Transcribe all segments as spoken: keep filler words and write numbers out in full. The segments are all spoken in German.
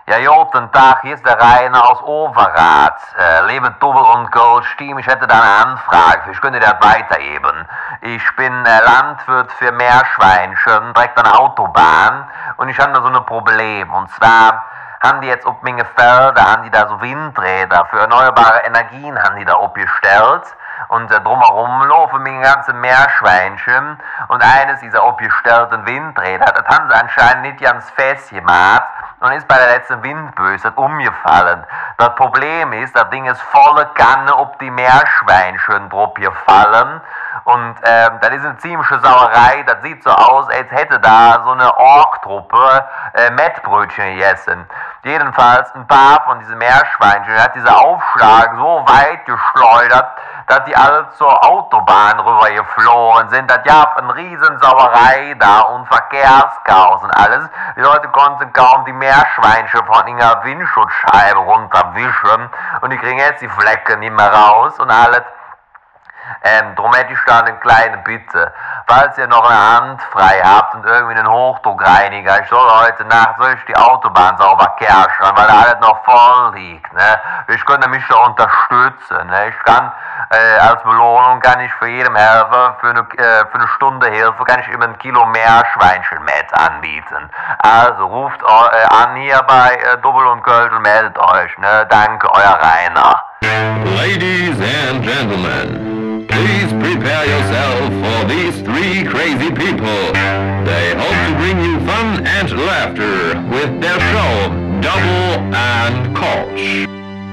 Ja, guten Tag, hier ist der Rainer aus Overath. Äh, Leben Double und Goldsteam, ich hätte da eine Anfrage, ich könnte das weitergeben. Ich bin äh, Landwirt für Meerschweinchen, direkt an der Autobahn und ich habe da so ein Problem. Und zwar haben die jetzt auf meine Felder, haben die da so Windräder für erneuerbare Energien, haben die da abgestellt. Und äh, drumherum laufen meine ganzen Meerschweinchen. Und eines dieser abgestellten Windräder, das haben sie anscheinend nicht ganz fest gemacht und ist bei der letzten Windböe umgefallen. Das Problem ist, das Ding ist volle Kanne auf die Meerschweinchen drauf gefallen. Und äh, das ist eine ziemliche Sauerei. Das sieht so aus, als hätte da so eine Ork-Truppe äh, Mettbrötchen gegessen. Jedenfalls ein paar von diesen Meerschweinchen hat dieser Aufschlag so weit geschleudert, dass die alle zur Autobahn rüber geflogen sind. Das gab eine riesen Sauerei da und Verkehrschaos und alles. Die Leute konnten kaum die Meerschweinchen von ihrer Windschutzscheibe runterwischen und die kriegen jetzt die Flecken nicht mehr raus und alles. Ähm, drum hätte ich da eine kleine Bitte. Falls ihr noch eine Hand frei habt und irgendwie einen Hochdruckreiniger, ich soll heute Nacht soll ich die Autobahn sauber kerschern, weil da alles noch voll liegt, ne? Ich könnte mich da unterstützen, ne? Ich kann, äh, als Belohnung kann ich für jedem Helfer, für eine, äh, für eine Stunde Hilfe, kann ich immer ein Kilo mehr Schweinchenmett anbieten. Also ruft äh, an hier bei äh, Double und Köln, meldet euch, ne? Danke, euer Rainer. Ladies and gentlemen, please prepare yourself for these three crazy people. They hope to bring you fun and laughter with their show, Double and Koch.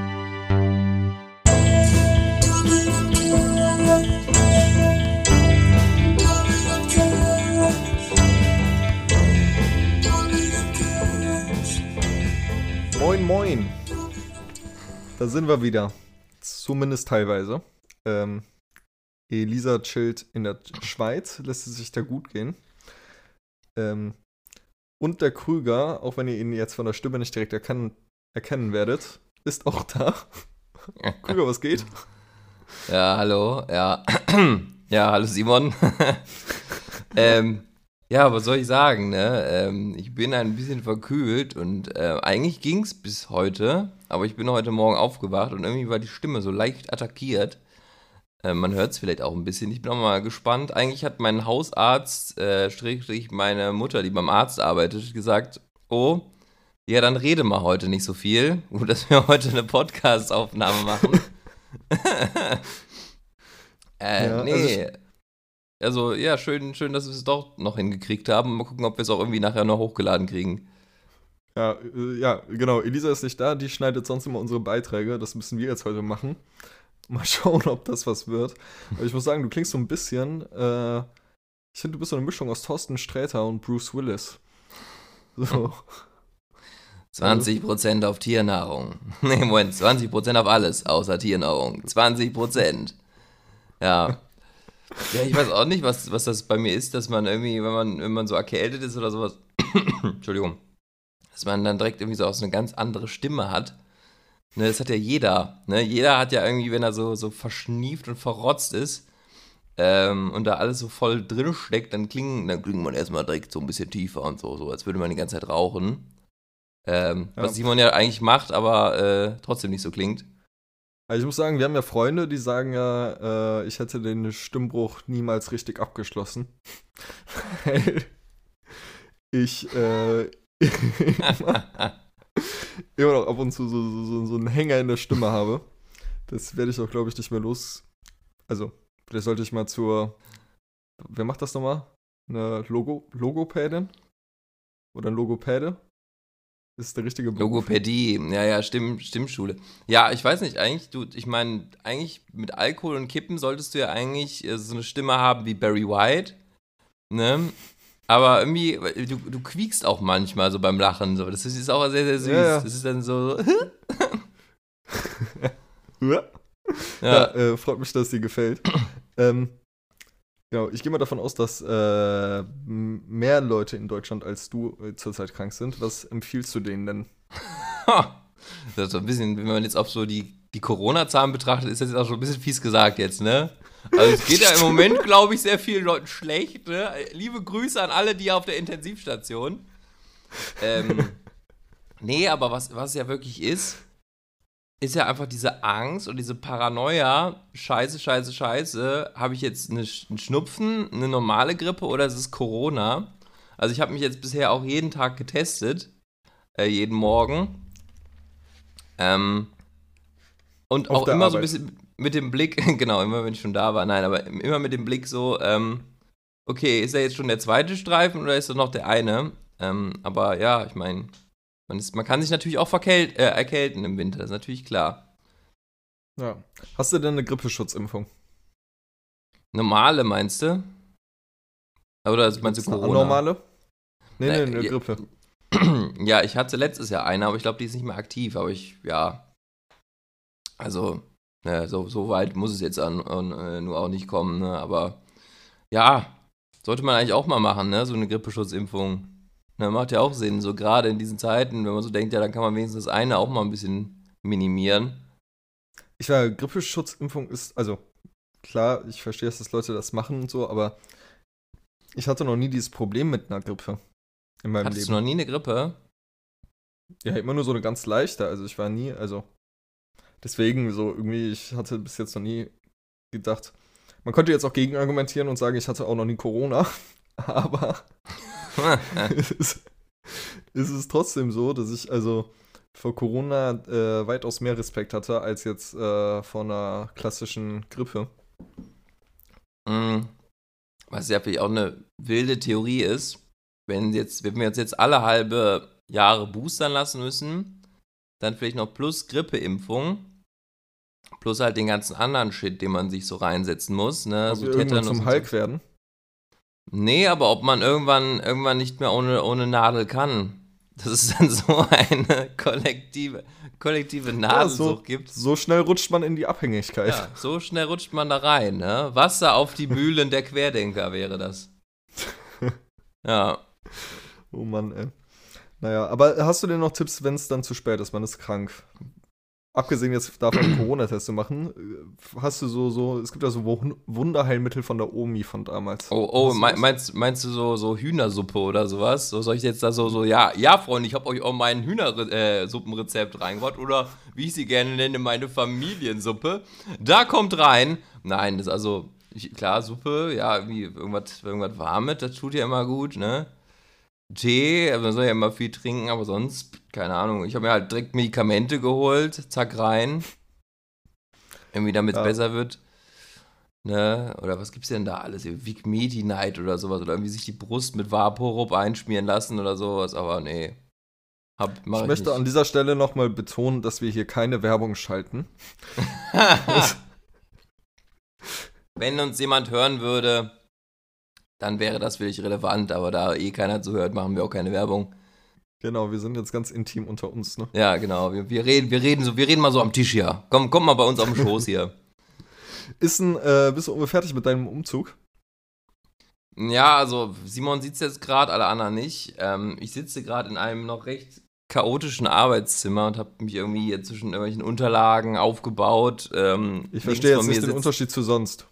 Moin, moin. Da sind wir wieder. Zumindest teilweise. Ähm, Elisa chillt in der Schweiz, lässt es sich da gut gehen. Ähm, und der Krüger, auch wenn ihr ihn jetzt von der Stimme nicht direkt erkennen, erkennen werdet, ist auch da. Krüger, was geht? Ja, hallo. Ja, ja hallo Simon. ähm, ja, was soll ich sagen, ne? Ähm, ich bin ein bisschen verkühlt und äh, eigentlich ging's bis heute, aber ich bin heute Morgen aufgewacht und irgendwie war die Stimme so leicht attackiert. Äh, man hört es vielleicht auch ein bisschen. Ich bin auch mal gespannt. Eigentlich hat mein Hausarzt, äh, Schrägstrich meine Mutter, die beim Arzt arbeitet, gesagt, oh, ja, dann rede mal heute nicht so viel. Gut, dass wir heute eine Podcast-Aufnahme machen. äh, Ja, nee. also ich- Also, ja, schön, schön, dass wir es doch noch hingekriegt haben. Mal gucken, ob wir es auch irgendwie nachher noch hochgeladen kriegen. Ja, äh, ja, genau. Elisa ist nicht da, die schneidet sonst immer unsere Beiträge. Das müssen wir jetzt heute machen. Mal schauen, ob das was wird. Aber ich muss sagen, du klingst so ein bisschen, äh, ich finde, du bist so eine Mischung aus Thorsten Sträter und Bruce Willis. So. zwanzig Prozent auf Tiernahrung. Nee, Moment, zwanzig Prozent auf alles, außer Tiernahrung. zwanzig Prozent. Ja. Ja, ich weiß auch nicht, was, was das bei mir ist, dass man irgendwie, wenn man, wenn man so erkältet ist oder sowas, Entschuldigung, dass man dann direkt irgendwie so auch so eine ganz andere Stimme hat. Ne, das hat ja jeder. Ne? Jeder hat ja irgendwie, wenn er so, so verschnieft und verrotzt ist ähm, und da alles so voll drin steckt, dann klingen, dann klingt man erstmal direkt so ein bisschen tiefer und so, so als würde man die ganze Zeit rauchen. Ähm, Ja. Was Simon ja eigentlich macht, aber äh, trotzdem nicht so klingt. Also ich muss sagen, wir haben ja Freunde, die sagen ja, äh, ich hätte den Stimmbruch niemals richtig abgeschlossen. Weil ich äh, immer, immer noch ab und zu so, so, so, so einen Hänger in der Stimme habe. Das werde ich auch, glaube ich, nicht mehr los. Also, vielleicht sollte ich mal zur, wer macht das nochmal? Eine Logo, Logopädin? Oder ein Logopäde? Das ist der richtige Beruf. Logopädie, ja, ja, Stimm, Stimmschule. Ja, ich weiß nicht, eigentlich, du, ich meine, eigentlich mit Alkohol und Kippen solltest du ja eigentlich äh, so eine Stimme haben wie Barry White, ne? Aber irgendwie, du, du quiekst auch manchmal so beim Lachen, so. Das ist, ist auch sehr, sehr süß. Ja, ja. Das ist dann so, Ja. Ja, ja, äh, freut mich, dass dir gefällt. ähm, genau, ich gehe mal davon aus, dass äh, m- mehr Leute in Deutschland als du äh, zurzeit krank sind. Was empfiehlst du denen denn? das ist so ein bisschen, wenn man jetzt auf so die, die Corona-Zahlen betrachtet, ist das jetzt auch schon ein bisschen fies gesagt jetzt, ne? Also es geht ja im Moment, glaube ich, sehr vielen Leuten schlecht, ne? Liebe Grüße an alle, die auf der Intensivstation. Ähm, Nee, aber was, was ja wirklich ist, ist ja einfach diese Angst und diese Paranoia, scheiße, scheiße, scheiße, habe ich jetzt eine, einen Schnupfen, eine normale Grippe oder ist es Corona? Also ich habe mich jetzt bisher auch jeden Tag getestet, äh, jeden Morgen. Ähm, und Auf auch der immer so ein Arbeit. bisschen mit dem Blick, genau, immer wenn ich schon da war, nein, aber immer mit dem Blick so, ähm, okay, ist er jetzt schon der zweite Streifen oder ist er noch der eine? Ähm, aber ja, ich meine, man, ist, man kann sich natürlich auch verkält, äh, erkälten im Winter, das ist natürlich klar. Ja. Hast du denn eine Grippeschutzimpfung? Normale meinst du? Oder meinst du Gibt's eine Corona? anormale? Nee, nee, Äh, eine ja. Grippe. Ja, ich hatte letztes Jahr eine, aber ich glaube, die ist nicht mehr aktiv. Aber ich, ja, also, ne, so, so weit muss es jetzt an, an, äh, nur auch nicht kommen, ne? Aber ja, sollte man eigentlich auch mal machen, ne? So eine Grippeschutzimpfung. Ne, macht ja auch Sinn, so gerade in diesen Zeiten, wenn man so denkt, ja, dann kann man wenigstens das eine auch mal ein bisschen minimieren. Ich war, Grippeschutzimpfung ist, also klar, ich verstehe, dass Leute das machen und so, aber ich hatte noch nie dieses Problem mit einer Grippe in meinem Hattest Leben. du noch nie eine Grippe? Ja, immer nur so eine ganz leichte, also ich war nie, also deswegen so irgendwie, ich hatte bis jetzt noch nie gedacht, man könnte jetzt auch gegen argumentieren und sagen, ich hatte auch noch nie Corona, aber es ist, es ist trotzdem so, dass ich also vor Corona äh, weitaus mehr Respekt hatte als jetzt äh, vor einer klassischen Grippe. Mm, Was ja vielleicht auch eine wilde Theorie ist, wenn jetzt, wenn wir uns jetzt alle halbe Jahre boostern lassen müssen, dann vielleicht noch plus Grippeimpfung, plus halt den ganzen anderen Shit, den man sich so reinsetzen muss, ne, Ob so wir irgendwann Tetanus zum und Hulk so. werden. Nee, aber ob man irgendwann, irgendwann nicht mehr ohne, ohne Nadel kann. Dass es dann so eine kollektive, kollektive Ja, Nadelsucht so, gibt. so schnell rutscht man in die Abhängigkeit. Ja, so schnell rutscht man da rein, ne? Wasser auf die Mühlen der Querdenker wäre das. Ja. Oh Mann, ey. Naja, aber hast du denn noch Tipps, wenn es dann zu spät ist, man ist krank? Abgesehen jetzt davon, Corona-Teste machen, äh, hast du so, so, es gibt ja so Wun- Wunderheilmittel von der Omi von damals. Oh, oh, Hast du mei- das? meinst, meinst du so, so Hühnersuppe oder sowas? So soll ich jetzt da so, so, ja, ja, Freunde, ich habe euch auch mein Hühnersuppenrezept reingebracht oder wie ich sie gerne nenne, meine Familiensuppe. Da kommt rein. Nein, das ist also, ich, klar, Suppe, ja, irgendwie irgendwas, irgendwas Warmes, das tut ja immer gut, ne? Tee, also man soll ja immer viel trinken, aber sonst, keine Ahnung. Ich habe mir halt direkt Medikamente geholt, zack rein. Irgendwie damit es Ja. besser wird. Ne? Oder was gibt's denn da alles? Vic Medi Night oder sowas. Oder irgendwie sich die Brust mit Vaporub einschmieren lassen oder sowas. Aber nee. Hab, mach Ich ich möchte nicht. an dieser Stelle nochmal betonen, dass wir hier keine Werbung schalten. Wenn uns jemand hören würde, dann wäre das wirklich relevant. Aber da eh keiner zuhört, machen wir auch keine Werbung. Genau, wir sind jetzt ganz intim unter uns, ne? Ja, genau. Wir, wir, reden, wir, reden so, wir reden mal so am Tisch hier. Komm, komm mal bei uns auf den Schoß hier. Ist ein, äh, bist du ungefähr fertig mit deinem Umzug? Ja, also Simon sitzt jetzt gerade, alle anderen nicht. Ähm, ich sitze gerade in einem noch recht chaotischen Arbeitszimmer und habe mich irgendwie hier zwischen irgendwelchen Unterlagen aufgebaut. Ähm, Ich links verstehe von jetzt mir nicht den sitzt- Unterschied zu sonst.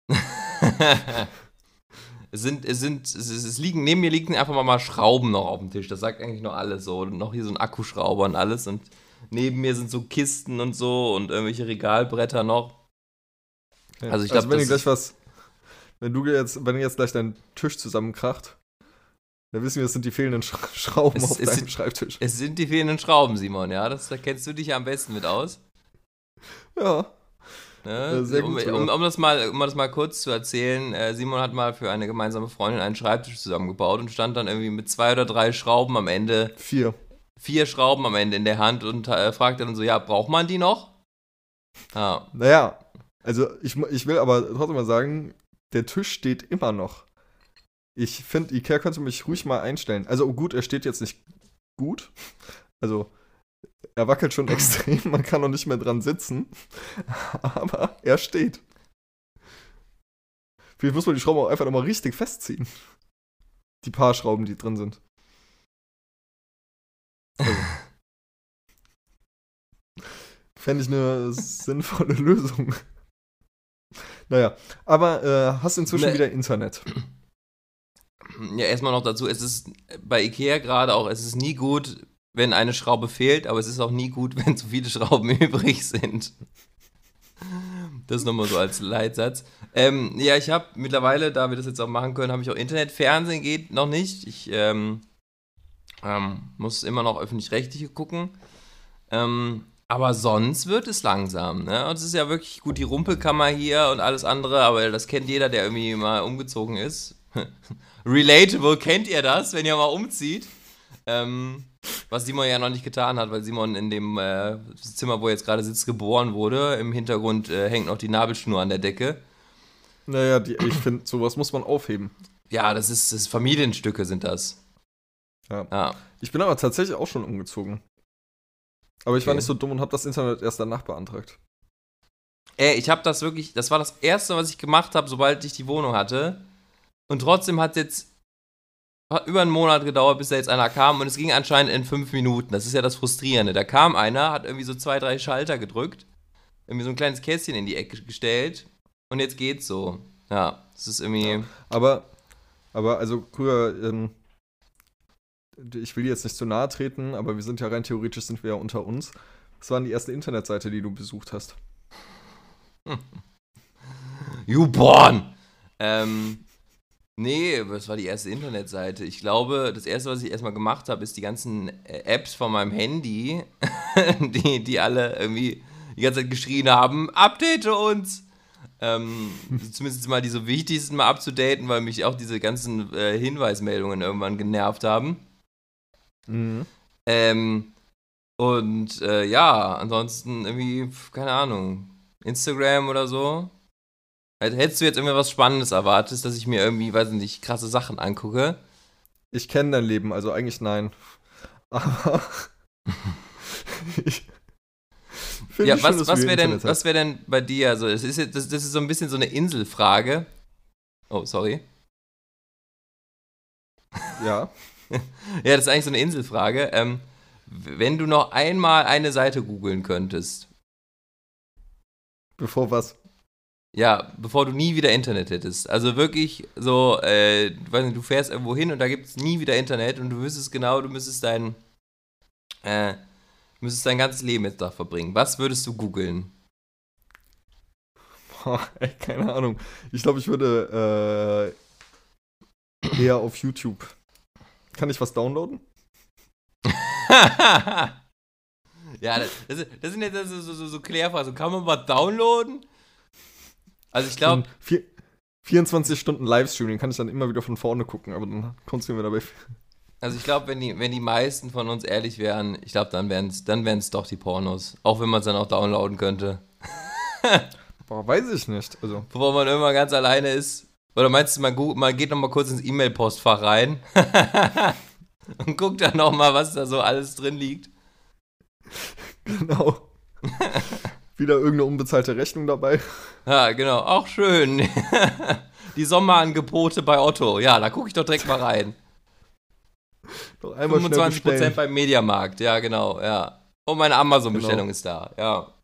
es sind, es sind, es, es es liegen, neben mir liegen einfach mal, mal Schrauben noch auf dem Tisch. Das sagt eigentlich noch alles so. Und noch hier so ein Akkuschrauber und alles. Und neben mir sind so Kisten und so und irgendwelche Regalbretter noch. Ja. Also ich glaub, wenn das ihr gleich ist- was, wenn du jetzt, wenn ihr jetzt gleich deinen Tisch zusammenkracht, dann wissen wir, es sind die fehlenden Sch- Schrauben Es- auf es deinem sind- Schreibtisch. Es sind die fehlenden Schrauben, Simon, ja. Das, da kennst du dich ja am besten mit aus. Ja, Ne? Äh, sehr um, gut um, sogar. um, das mal, um das mal kurz zu erzählen, äh, Simon hat mal für eine gemeinsame Freundin einen Schreibtisch zusammengebaut und stand dann irgendwie mit zwei oder drei Schrauben am Ende, vier. vier Schrauben am Ende in der Hand und äh, fragte dann so, ja, braucht man die noch? Ja, Naja, also ich, mu- ich will aber trotzdem mal sagen, der Tisch steht immer noch. Ich finde, Ikea könnte mich ruhig mal einstellen. Also gut, er steht jetzt nicht gut. Also er wackelt schon extrem, man kann noch nicht mehr dran sitzen. Aber er steht. Vielleicht muss man die Schrauben auch einfach nochmal richtig festziehen. Die paar Schrauben, die drin sind. Also. Fände ich eine sinnvolle Lösung. Naja, aber äh, hast inzwischen Ne. wieder Internet. ja erstmal noch dazu, es ist bei Ikea gerade auch, es ist nie gut, wenn eine Schraube fehlt, aber es ist auch nie gut, wenn zu viele Schrauben übrig sind. Das nochmal so als Leitsatz. Ähm, ja, ich habe mittlerweile, da wir das jetzt auch machen können, habe ich auch Internet. Fernsehen geht noch nicht. Ich ähm, ähm, muss immer noch öffentlich-rechtliche gucken. Ähm, aber sonst wird es langsam. Ne? Und es ist ja wirklich gut, die Rumpelkammer hier und alles andere, aber das kennt jeder, der irgendwie mal umgezogen ist. Relatable, kennt ihr das, wenn ihr mal umzieht? Ähm, was Simon ja noch nicht getan hat, weil Simon in dem äh, Zimmer, wo er jetzt gerade sitzt, geboren wurde. Im Hintergrund äh, hängt noch die Nabelschnur an der Decke. Naja, die, ich finde, sowas muss man aufheben. Ja, das ist, das ist Familienstücke sind das. Ja. Ja. Ich bin aber tatsächlich auch schon umgezogen. Aber ich Okay. war nicht so dumm und habe das Internet erst danach beantragt. Ey, ich habe das wirklich, das war das Erste, was ich gemacht habe, sobald ich die Wohnung hatte. Und trotzdem hat es jetzt hat über einen Monat gedauert, bis da jetzt einer kam und es ging anscheinend in fünf Minuten. Das ist ja das Frustrierende. Da kam einer, hat irgendwie so zwei, drei Schalter gedrückt, irgendwie so ein kleines Kästchen in die Ecke gestellt und jetzt geht's so. Ja, das ist irgendwie... Ja. Aber, aber also früher, ähm, ich will jetzt nicht zu nahe treten, aber wir sind ja rein theoretisch, sind wir ja unter uns. Was war denn die erste Internetseite, die du besucht hast? YouPorn! Ähm... Nee, das war die erste Internetseite. Ich glaube, das erste, was ich erstmal gemacht habe, ist die ganzen äh, Apps von meinem Handy, die, die alle irgendwie die ganze Zeit geschrien haben, update uns! Ähm, zumindest mal die so wichtigsten mal abzudaten, weil mich auch diese ganzen äh, Hinweismeldungen irgendwann genervt haben. Mhm. Ähm, und äh, ja, ansonsten irgendwie, keine Ahnung, Instagram oder so. Hättest du jetzt irgendwie was Spannendes erwartet, dass ich mir irgendwie, weiß ich nicht, krasse Sachen angucke? Ich kenne dein Leben, also eigentlich nein. Aber ich find Ja, ich schön, was, dass was wir wäre denn, Internet was wär denn bei dir? Also, es ist jetzt, das, das ist so ein bisschen so eine Inselfrage. Oh, sorry. haben. Ja. Ja, das ist eigentlich so eine Inselfrage. Ähm, wenn du noch einmal eine Seite googeln könntest, Bevor was? ja, bevor du nie wieder Internet hättest. Also wirklich so, äh, du weiß nicht, du fährst irgendwo hin und da gibt es nie wieder Internet und du wüsstest genau, du müsstest dein, äh, müsstest dein ganzes Leben jetzt da verbringen. Was würdest du googeln? Boah, ey, keine Ahnung. Ich glaube, ich würde äh, eher auf YouTube. Kann ich was downloaden? Ja, das, das, das sind jetzt so, so, so, so Klärfragen. Kann man was downloaden? Also ich glaube, Vier, vierundzwanzig Stunden Livestreaming kann ich dann immer wieder von vorne gucken, aber dann kommst du mir dabei. also ich glaube, wenn die, wenn die meisten von uns ehrlich wären, ich glaube, dann wären es dann wären's doch die Pornos. Auch wenn man es dann auch downloaden könnte. Boah, weiß ich nicht. Also, Bevor man irgendwann ganz alleine ist. Oder meinst du, man, gu- man geht nochmal kurz ins E-Mail-Postfach rein und guckt dann nochmal, was da so alles drin liegt? genau. Wieder irgendeine unbezahlte Rechnung dabei. Ja, genau. Auch schön. Die Sommerangebote bei Otto. Ja, da gucke ich doch direkt mal rein. Noch einmal schnell fünfundzwanzig Prozent bestellen. beim Mediamarkt. Ja, genau. Ja. Und meine Amazon-Bestellung Genau. ist da. Ja.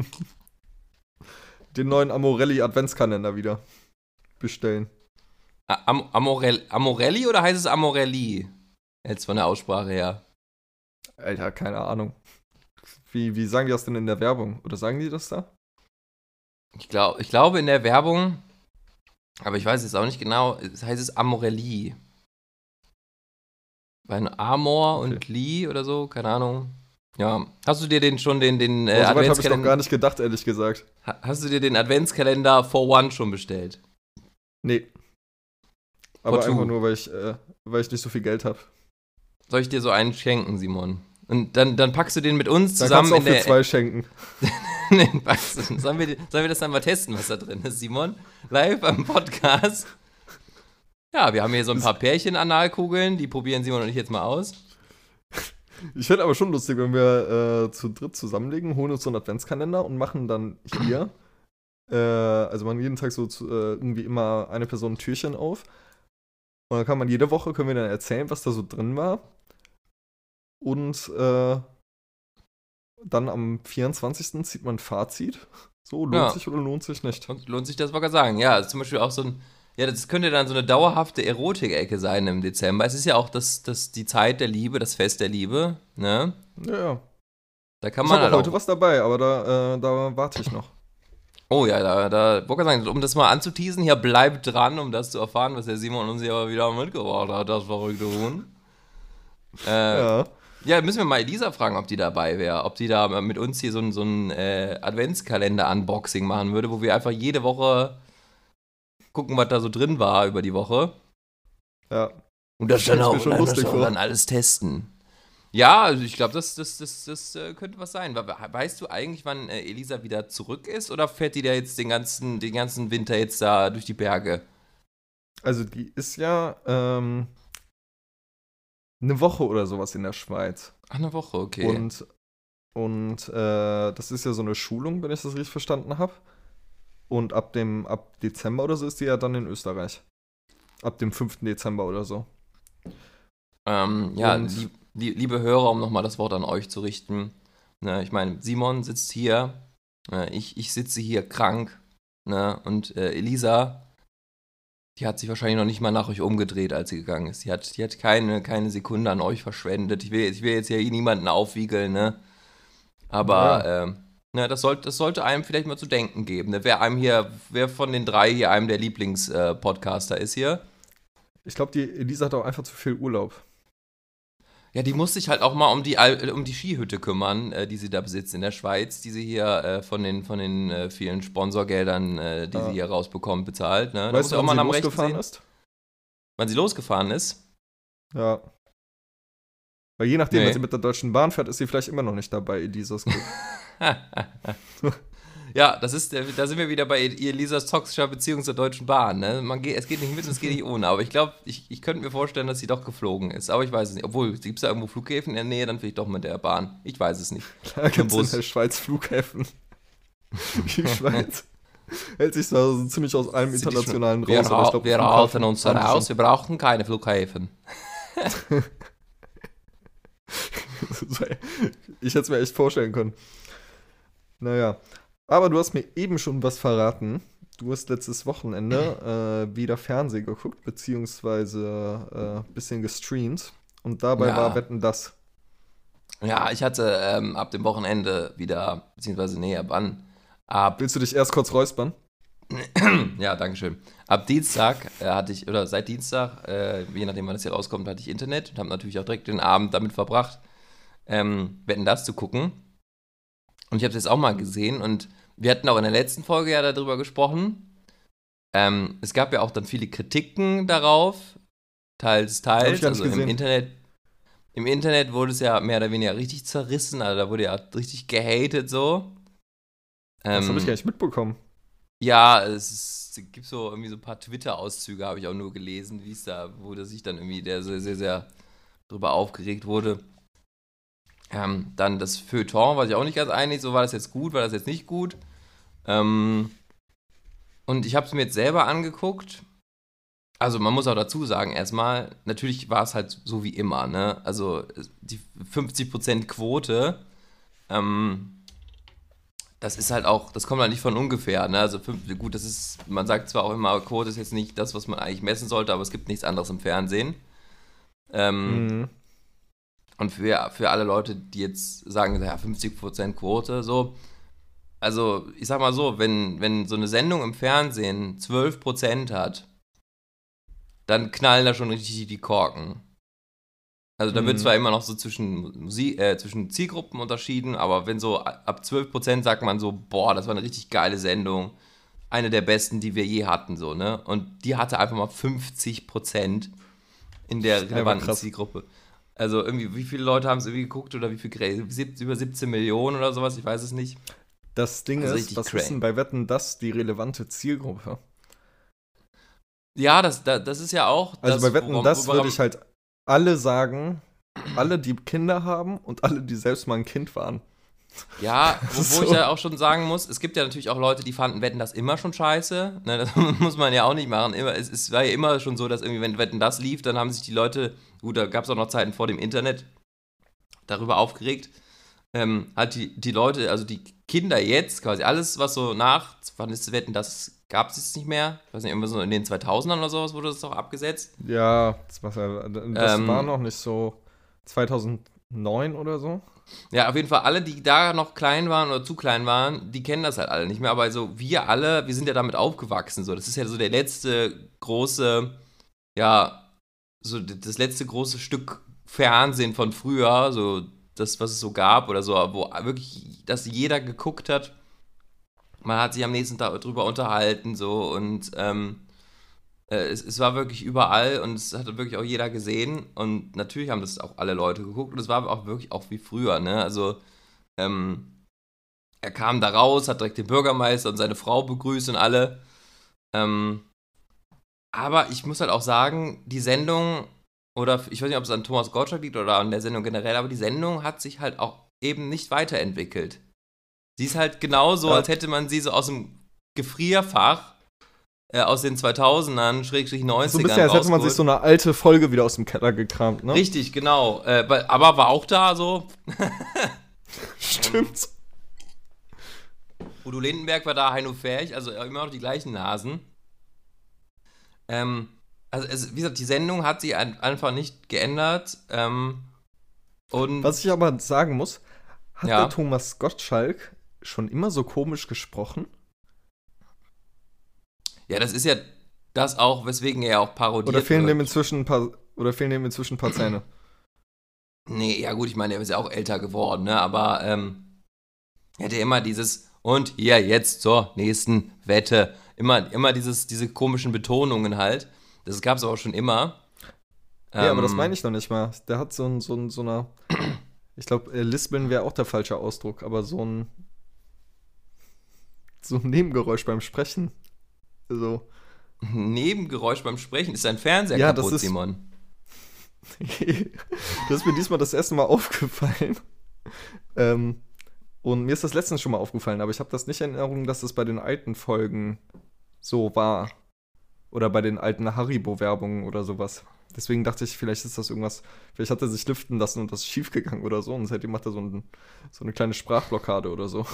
Den neuen Amorelli Adventskalender wieder bestellen. Am Amorell Amorelli oder heißt es Amorelli? Jetzt von der Aussprache her. Alter, keine Ahnung. Wie, wie sagen die das denn in der Werbung? Oder sagen die das da? Ich, glaub, ich glaube in der Werbung, aber ich weiß jetzt auch nicht genau, es heißt es Amorelli. Weil Amor Okay. und Lee oder so, keine Ahnung. Ja. Hast du dir den schon den, den äh, Boah, so weit habe ich doch Adventskalender? gar nicht gedacht, ehrlich gesagt. Ha- Hast du dir den Adventskalender for One schon bestellt? Nee. Aber For two. einfach nur, weil ich, äh, weil ich nicht so viel Geld habe. Soll ich dir so einen schenken, Simon? Und dann, dann packst du den mit uns Da kannst zusammen du auch in für der. zwei schenken. Den packst du- sollen, wir, sollen wir das dann mal testen, was da drin ist, Simon? Live am Podcast. Ja, wir haben hier so ein paar Pärchen-Analkugeln, die probieren Simon und ich jetzt mal aus. Ich fände aber schon lustig, wenn wir äh, zu dritt zusammenlegen, holen uns so einen Adventskalender und machen dann hier, äh, also machen jeden Tag so zu, äh, irgendwie immer eine Person ein Türchen auf. Und dann kann man jede Woche, können wir dann erzählen, was da so drin war. Und äh, dann am vierundzwanzigsten zieht man ein Fazit. So, lohnt Ja. sich oder lohnt sich nicht. Und lohnt sich das, wollte ich sagen. Ja, also zum Beispiel auch so ein, Ja, das könnte dann so eine dauerhafte Erotik-Ecke sein im Dezember. Es ist ja auch das, das, die Zeit der Liebe, das Fest der Liebe, ne? Ja, ja. Da kann Ich man habe halt auch heute auch, was dabei, aber da, äh, da warte ich noch. oh ja, da, da wollte ich sagen, um das mal anzuteasen, hier bleibt dran, um das zu erfahren, was der Simon uns hier wieder mitgebracht hat, das verrückte Huhn. Äh, Ja. ja, müssen wir mal Elisa fragen, ob die dabei wäre, ob die da mit uns hier so ein, so ein äh, Adventskalender-Unboxing machen würde, wo wir einfach jede Woche gucken, was da so drin war über die Woche. Ja. Und das dann Stell's auch, mir schon dann, lustig das auch vor. dann alles testen. Ja, also ich glaube, das, das, das, das äh, könnte was sein. We- Weißt du eigentlich, wann äh, Elisa wieder zurück ist oder fährt die da jetzt den ganzen, den ganzen Winter jetzt da durch die Berge? Also die ist ja ähm, eine Woche oder sowas in der Schweiz. Ach, eine Woche, okay. Und, und äh, das ist ja so eine Schulung, wenn ich das richtig verstanden habe. Und ab dem, ab Dezember oder so ist die ja dann in Österreich. Ab dem fünften Dezember oder so. Ähm, ja, Und- lieb, lieb, liebe Hörer, um nochmal das Wort an euch zu richten. Ne, ich meine, Simon sitzt hier, ne, ich, ich sitze hier krank, ne, und äh, Elisa, die hat sich wahrscheinlich noch nicht mal nach euch umgedreht, als sie gegangen ist. Die hat, die hat keine, keine Sekunde an euch verschwendet. Ich will, ich will jetzt hier niemanden aufwiegeln, ne? Aber ähm, ne, das, sollte, das sollte einem vielleicht mal zu denken geben. Ne? Wer einem hier, wer von den drei hier einem der Lieblings-Podcaster ist hier. Ich glaube, die Elisa hat auch einfach zu viel Urlaub. Ja, die muss sich halt auch mal um die, Al- um die Skihütte kümmern, äh, die sie da besitzt in der Schweiz, die sie hier äh, von den, von den äh, vielen Sponsorgeldern, äh, die Ja. sie hier rausbekommt, bezahlt. Ne? Da muss Weißt sie du, auch wann mal sie am Rechten losgefahren sehen, ist? wann sie losgefahren ist. Ja. Weil je nachdem, Nee. wenn sie mit der Deutschen Bahn fährt, ist sie vielleicht immer noch nicht dabei, Elisas Glück. Ja, das ist, der- da sind wir wieder bei Elisas toxischer Beziehung zur Deutschen Bahn. Ne? Man geht, es geht nicht mit und es geht nicht ohne. Aber ich glaube, ich, ich könnte mir vorstellen, dass sie doch geflogen ist. Aber ich weiß es nicht. Obwohl, gibt es da irgendwo Flughäfen in der Nähe? Dann vielleicht doch mit der Bahn. Ich weiß es nicht. Da gibt es in Bus. der Schweiz Flughäfen. Die Schweiz hält sich da so ziemlich aus allem Sind die Internationalen Wir, raus. aber ich ha glaub, wir Flughafen halten uns haben die raus. Wir brauchen keine Flughäfen. schon. Ich hätte es mir echt vorstellen können. Naja. Aber du hast mir eben schon was verraten. Du hast letztes Wochenende äh, wieder Fernsehen geguckt, beziehungsweise ein äh, bisschen gestreamt. Und dabei Ja. war Wetten, das. Ja, ich hatte ähm, ab dem Wochenende wieder, beziehungsweise nee, ab wann? Ab Willst du dich erst kurz räuspern? Ja, dankeschön. Ab Dienstag äh, hatte ich, oder seit Dienstag, äh, je nachdem, wann es hier rauskommt, hatte ich Internet und habe natürlich auch direkt den Abend damit verbracht, ähm, Wetten, das zu gucken. Und ich habe es jetzt auch mal gesehen und wir hatten auch in der letzten Folge ja darüber gesprochen. Ähm, es gab ja auch dann viele Kritiken darauf, teils, Hab ich teils. gar nicht Also im gesehen. Internet, im Internet wurde es ja mehr oder weniger richtig zerrissen, also da wurde ja richtig gehatet so. Das habe ich Ähm, gar nicht mitbekommen. ja, es, ist, es gibt so irgendwie so ein paar Twitter-Auszüge, habe ich auch nur gelesen, wie es da, wo der sich dann irgendwie der sehr, sehr, sehr drüber aufgeregt wurde. Ähm, dann das Feuilleton, war ich auch nicht ganz einig, so war das jetzt gut, war das jetzt nicht gut. Ähm, und ich habe es mir jetzt selber angeguckt. Also man muss auch dazu sagen, erstmal, natürlich war es halt so wie immer, ne? Also die fünfzig Prozent Quote, ähm, das ist halt auch, das kommt halt nicht von ungefähr, ne? Also fünf, gut, das ist, man sagt zwar auch immer, Quote ist jetzt nicht das, was man eigentlich messen sollte, aber es gibt nichts anderes im Fernsehen. Ähm, Mhm. Und für, für alle Leute, die jetzt sagen, ja, fünfzig Prozent Quote, so, also ich sag mal so, wenn, wenn so eine Sendung im Fernsehen zwölf Prozent hat, dann knallen da schon richtig die Korken. Also da wird Mhm. zwar immer noch so zwischen, Musik, äh, zwischen Zielgruppen unterschieden, aber wenn so ab zwölf Prozent sagt man so, boah, das war eine richtig geile Sendung, eine der besten, die wir je hatten, so, ne? Und die hatte einfach mal fünfzig Prozent in der relevanten krass. Zielgruppe. Also irgendwie, wie viele Leute haben es irgendwie geguckt oder wie viel, Gra- sieb- über siebzehn Millionen oder sowas, ich weiß es nicht. Das Ding Also ist, richtig was crank. ist denn bei Wetten das die relevante Zielgruppe? Ja, das, das, das ist ja auch Also das, bei Wetten woran- das woran- würde ich halt alle sagen, alle, die Kinder haben und alle, die selbst mal ein Kind waren. Ja, wo, wo So. ich ja auch schon sagen muss, es gibt ja natürlich auch Leute, die fanden Wetten das immer schon scheiße. Ne, das muss man ja auch nicht machen. Immer, es, es war ja immer schon so, dass irgendwie, wenn Wetten das lief, dann haben sich die Leute, gut, da gab es auch noch Zeiten vor dem Internet, darüber aufgeregt. Ähm, halt die, die Leute, also die Kinder jetzt, quasi alles, was so nach, wann ist Wetten das gab es jetzt nicht mehr. Ich weiß nicht, irgendwas so in den zweitausendern oder sowas wurde das doch abgesetzt. Ja, das, war, das Ähm, war noch nicht so zweitausendneun oder so. Ja, auf jeden Fall alle, die da noch klein waren oder zu klein waren, die kennen das halt alle nicht mehr. Aber so wir alle, wir sind ja damit aufgewachsen. So. Das ist ja so der letzte große, ja, so das letzte große Stück Fernsehen von früher, so das, was es so gab oder so, wo wirklich, dass jeder geguckt hat. Man hat sich am nächsten Tag drüber unterhalten, so und ähm, äh, es, es war wirklich überall und es hat wirklich auch jeder gesehen und natürlich haben das auch alle Leute geguckt und es war auch wirklich auch wie früher, ne? Also ähm, er kam da raus, hat direkt den Bürgermeister und seine Frau begrüßt und alle. Ähm, aber ich muss halt auch sagen, die Sendung, oder ich weiß nicht, ob es an Thomas Gottschalk liegt oder an der Sendung generell, aber die Sendung hat sich halt auch eben nicht weiterentwickelt. Sie ist halt genauso, Ja. als hätte man sie so aus dem Gefrierfach äh, aus den zweitausendern, Schrägstrich neunzigern So ein bisschen, als hätte man sich so eine alte Folge wieder aus dem Keller gekramt, ne? Richtig, genau. Äh, weil- aber war auch da so. Stimmt. Udo Lindenberg war da, Heino Ferch, also immer noch die gleichen Nasen. Ähm, also es, wie gesagt, die Sendung hat sich ein, einfach nicht geändert. Ähm, und Was ich aber sagen muss, hat Ja. der Thomas Gottschalk schon immer so komisch gesprochen? ja, das ist ja das auch, weswegen er ja auch parodiert Oder fehlen wird. dem inzwischen ein paar, oder fehlen dem inzwischen ein paar Zähne? Nee, ja gut, ich meine, er ist ja auch älter geworden, ne? Aber ähm, er hatte immer dieses und hier jetzt zur nächsten Wette. Immer, immer dieses, diese komischen Betonungen halt. Das gab es aber schon immer. Ja, aber das Ähm, meine ich noch nicht mal. Der hat so ein, so ein, so einer, ich glaube, äh, Lispeln wäre auch der falsche Ausdruck, aber so ein, so ein Nebengeräusch beim Sprechen. So. Nebengeräusch beim Sprechen. Ist dein Fernseher Ja, das kaputt, ist- Simon? Das ist mir diesmal das erste Mal aufgefallen. Ähm, und mir ist das letztens schon mal aufgefallen, aber ich habe das nicht in Erinnerung, dass das bei den alten Folgen so war. Oder bei den alten Haribo-Werbungen oder sowas. Deswegen dachte ich, vielleicht ist das irgendwas, vielleicht hat er sich lüften lassen und das ist schiefgegangen oder so und seitdem macht er so, ein, so eine kleine Sprachblockade oder so.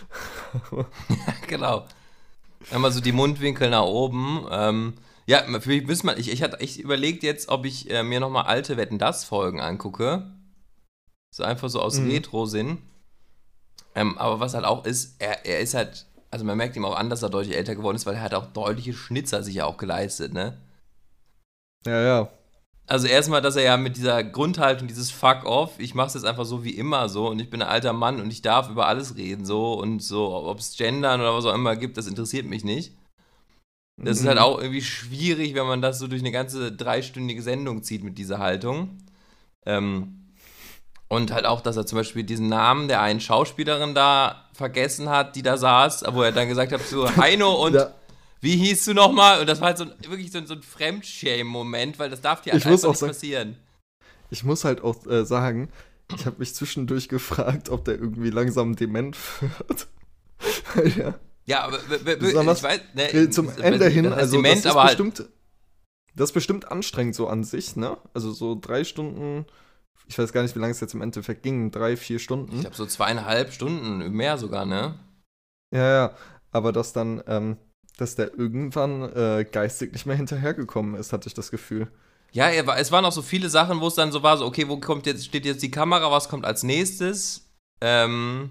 Genau. Einmal so die Mundwinkel nach oben. Ähm, ja, für mich müssen wir, ich, ich hatte echt überlegt jetzt, ob ich äh, mir nochmal alte Wetten-Das-Folgen angucke. So einfach so aus Mhm. Retro-Sinn. Ähm, aber was halt auch ist, er, er ist halt, also man merkt ihm auch an, dass er deutlich älter geworden ist, weil er hat auch deutliche Schnitzer sich ja auch geleistet, ne? Ja, ja. Also erstmal, dass er ja mit dieser Grundhaltung, dieses Fuck off, ich mach's jetzt einfach so wie immer so und ich bin ein alter Mann und ich darf über alles reden so und so, ob es Gendern oder was auch immer gibt, das interessiert mich nicht. Das ist halt auch irgendwie schwierig, wenn man das so durch eine ganze dreistündige Sendung zieht mit dieser Haltung. Ähm, und halt auch, dass er zum Beispiel diesen Namen der einen Schauspielerin da vergessen hat, die da saß, wo er dann gesagt hat, so Heino und Ja. wie hieß du nochmal? Und das war halt so ein, wirklich so ein, so ein Fremdschämen-Moment, weil das darf dir halt Ich muss einfach auch nicht sagen- passieren. Ich muss halt auch äh, sagen, ich habe mich zwischendurch gefragt, ob der irgendwie langsam dement wird. Ja. Ja, aber w- w- w- Besonders ich weiß, ne, Äh, Zum das- Ende das hin, heißt also dement, das ist aber halt, bestimmt, das ist bestimmt anstrengend so an sich, ne? Also so drei Stunden, ich weiß gar nicht, wie lange es jetzt im Endeffekt ging, drei, vier Stunden. ich glaube so zweieinhalb Stunden, mehr sogar, ne? Ja, ja, aber dass dann, ähm, dass der irgendwann äh, geistig nicht mehr hinterhergekommen ist, hatte ich das Gefühl. Ja, er war, es waren auch so viele Sachen, wo es dann so war, so, okay, wo kommt jetzt, steht jetzt die Kamera, was kommt als nächstes? Ähm,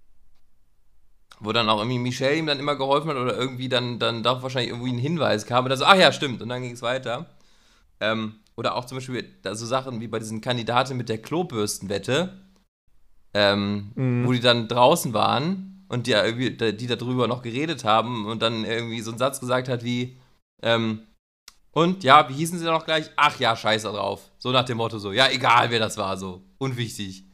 wo dann auch irgendwie Michelle ihm dann immer geholfen hat oder irgendwie dann, dann doch wahrscheinlich irgendwie ein Hinweis kam und dann so, ach ja, stimmt, und dann ging es weiter. Ähm, oder auch zum Beispiel da so Sachen wie bei diesen Kandidaten mit der Klobürstenwette, ähm, Mhm. wo die dann draußen waren und die, ja irgendwie, die darüber noch geredet haben und dann irgendwie so einen Satz gesagt hat wie, ähm, und ja, wie hießen sie dann noch gleich? Ach ja, scheiße drauf. So nach dem Motto so, ja, egal wer das war, so, unwichtig.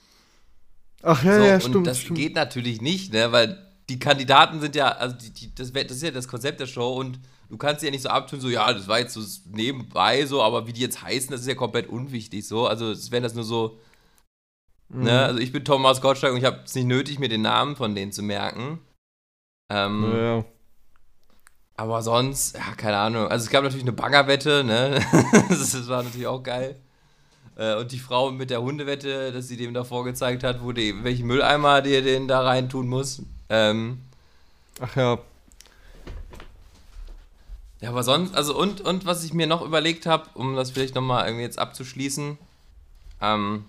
Ach ja, So, ja, und stimmt, das stimmt. geht natürlich nicht, ne, weil die Kandidaten sind ja, also die, die, das, wär- das ist ja das Konzept der Show und du kannst sie ja nicht so abtun, so, ja, das war jetzt so nebenbei so, aber wie die jetzt heißen, das ist ja komplett unwichtig, so, also es wäre das nur so, Mhm. ne, also ich bin Thomas Gottschalk und ich habe es nicht nötig, mir den Namen von denen zu merken. Ähm, Ja, ja. Aber sonst, ja, keine Ahnung. Also es gab natürlich eine Baggerwette, ne? das, das war natürlich auch geil. Äh, und die Frau mit der Hundewette, dass sie dem da vorgezeigt hat, wo die, welchen Mülleimer die den da rein tun muss. Ähm, Ach ja. Ja, aber sonst, also und, und was ich mir noch überlegt habe, um das vielleicht nochmal irgendwie jetzt abzuschließen, ähm,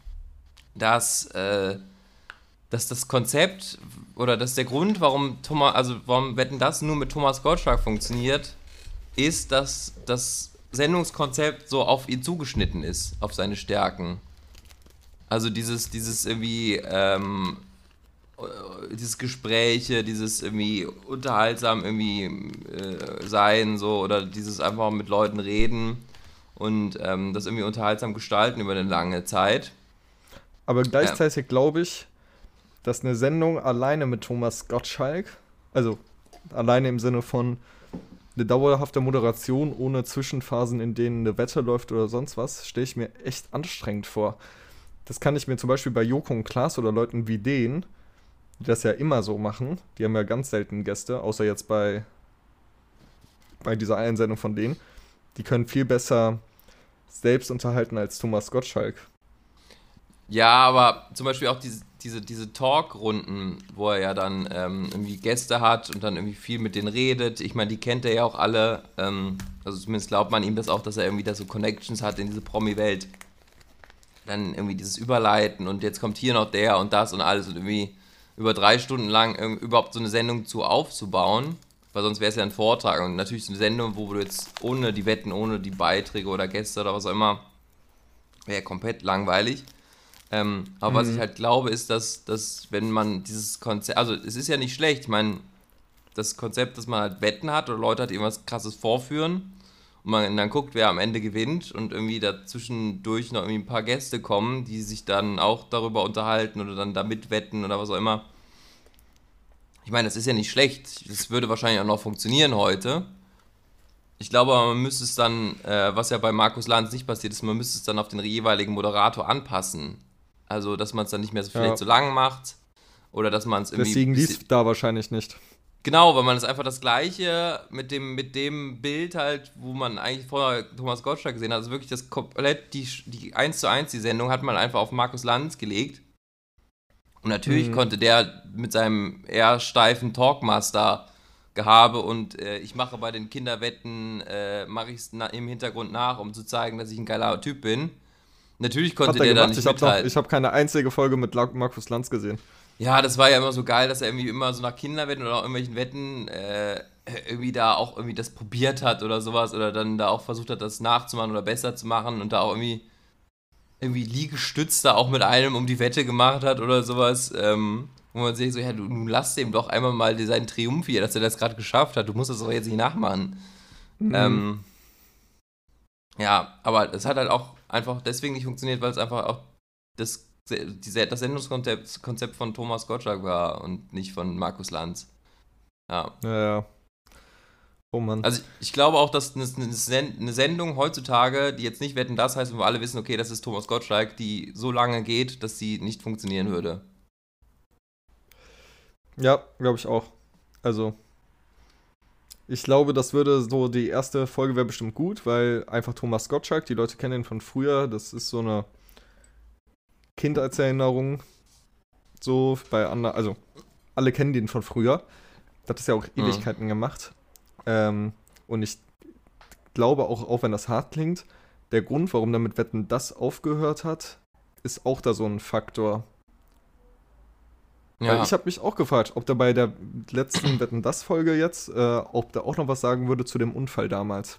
dass, äh, dass das Konzept oder dass der Grund, warum Thomas, also warum Wetten, das nur mit Thomas Gottschalk funktioniert, ist, dass das Sendungskonzept so auf ihn zugeschnitten ist, auf seine Stärken. Also dieses, dieses irgendwie, ähm, dieses Gespräche, dieses irgendwie unterhaltsam irgendwie äh, sein, so, oder dieses einfach mit Leuten reden und ähm, das irgendwie unterhaltsam gestalten über eine lange Zeit. Aber gleichzeitig ja. glaube ich, dass eine Sendung alleine mit Thomas Gottschalk, also alleine im Sinne von eine dauerhafte Moderation ohne Zwischenphasen, in denen eine Wette läuft oder sonst was, stelle ich mir echt anstrengend vor. Das kann ich mir zum Beispiel bei Joko und Klaas oder Leuten wie denen, die das ja immer so machen, die haben ja ganz selten Gäste, außer jetzt bei, bei dieser einen Sendung von denen, die können viel besser selbst unterhalten als Thomas Gottschalk. Ja, aber zum Beispiel auch diese, diese, diese Talk-Runden, wo er ja dann ähm, irgendwie Gäste hat und dann irgendwie viel mit denen redet. Ich meine, die kennt er ja auch alle. Ähm, also zumindest glaubt man ihm das auch, dass er irgendwie da so Connections hat in diese Promi-Welt. Dann irgendwie dieses Überleiten und jetzt kommt hier noch der und das und alles und irgendwie über drei Stunden lang überhaupt so eine Sendung zu aufzubauen, weil sonst wäre es ja ein Vortrag und natürlich so eine Sendung, wo du jetzt ohne die Wetten, ohne die Beiträge oder Gäste oder was auch immer, wäre komplett langweilig. Ähm, aber mhm. was ich halt glaube, ist, dass, dass wenn man dieses Konzept, also es ist ja nicht schlecht, ich meine, das Konzept, dass man halt Wetten hat oder Leute hat irgendwas Krasses vorführen und man dann guckt, wer am Ende gewinnt und irgendwie dazwischendurch noch irgendwie ein paar Gäste kommen, die sich dann auch darüber unterhalten oder dann da mitwetten oder was auch immer. Ich meine, das ist ja nicht schlecht, das würde wahrscheinlich auch noch funktionieren heute. Ich glaube aber, man müsste es dann, äh, was ja bei Markus Lanz nicht passiert ist, man müsste es dann auf den jeweiligen Moderator anpassen. Also, dass man es dann nicht mehr so vielleicht ja. so lang macht oder dass man es irgendwie... Deswegen lief da wahrscheinlich nicht. Genau, weil man es einfach das Gleiche mit dem, mit dem Bild halt, wo man eigentlich vorher Thomas Gottschalk gesehen hat, also wirklich das komplett, die, die eins zu eins, die Sendung, hat man einfach auf Markus Lanz gelegt. Und natürlich mhm. konnte der mit seinem eher steifen Talkmaster-Gehabe und äh, ich mache bei den Kinderwetten, äh, mache ich es na- im Hintergrund nach, um zu zeigen, dass ich ein geiler Typ bin. Natürlich konnte der da nicht ich hab mithalten. Noch, ich habe keine einzige Folge mit Markus Lanz gesehen. Ja, das war ja immer so geil, dass er irgendwie immer so nach Kinderwetten oder auch irgendwelchen Wetten äh, irgendwie da auch irgendwie das probiert hat oder sowas oder dann da auch versucht hat, das nachzumachen oder besser zu machen und da auch irgendwie irgendwie Liegestütz da auch mit einem um die Wette gemacht hat oder sowas, ähm, wo man sich so, ja, du, du lass dem doch einmal mal seinen Triumph hier, dass er das gerade geschafft hat, du musst das doch jetzt nicht nachmachen. Mhm. Ähm, ja, aber es hat halt auch einfach deswegen nicht funktioniert, weil es einfach auch das Die, das Sendungskonzept Konzept von Thomas Gottschalk war und nicht von Markus Lanz. Ja. Ja, ja. Oh Mann. Also ich, ich glaube auch, dass eine, eine Sendung heutzutage, die jetzt nicht Wetten, das heißt, wo wir alle wissen, okay, das ist Thomas Gottschalk, die so lange geht, dass sie nicht funktionieren würde. Ja, glaube ich auch. Also, ich glaube, das würde so, die erste Folge wäre bestimmt gut, weil einfach Thomas Gottschalk, die Leute kennen ihn von früher, das ist so eine Kindheitserinnerung, so bei anderen, also alle kennen den von früher. Das ist ja auch Mhm. Ewigkeiten gemacht. Ähm, und ich glaube auch, auch wenn das hart klingt, der Grund, warum damit Wetten das aufgehört hat, ist auch da so ein Faktor. Ja. Weil ich habe mich auch gefragt, ob der bei der letzten Wetten das Folge jetzt, äh, ob der auch noch was sagen würde zu dem Unfall damals.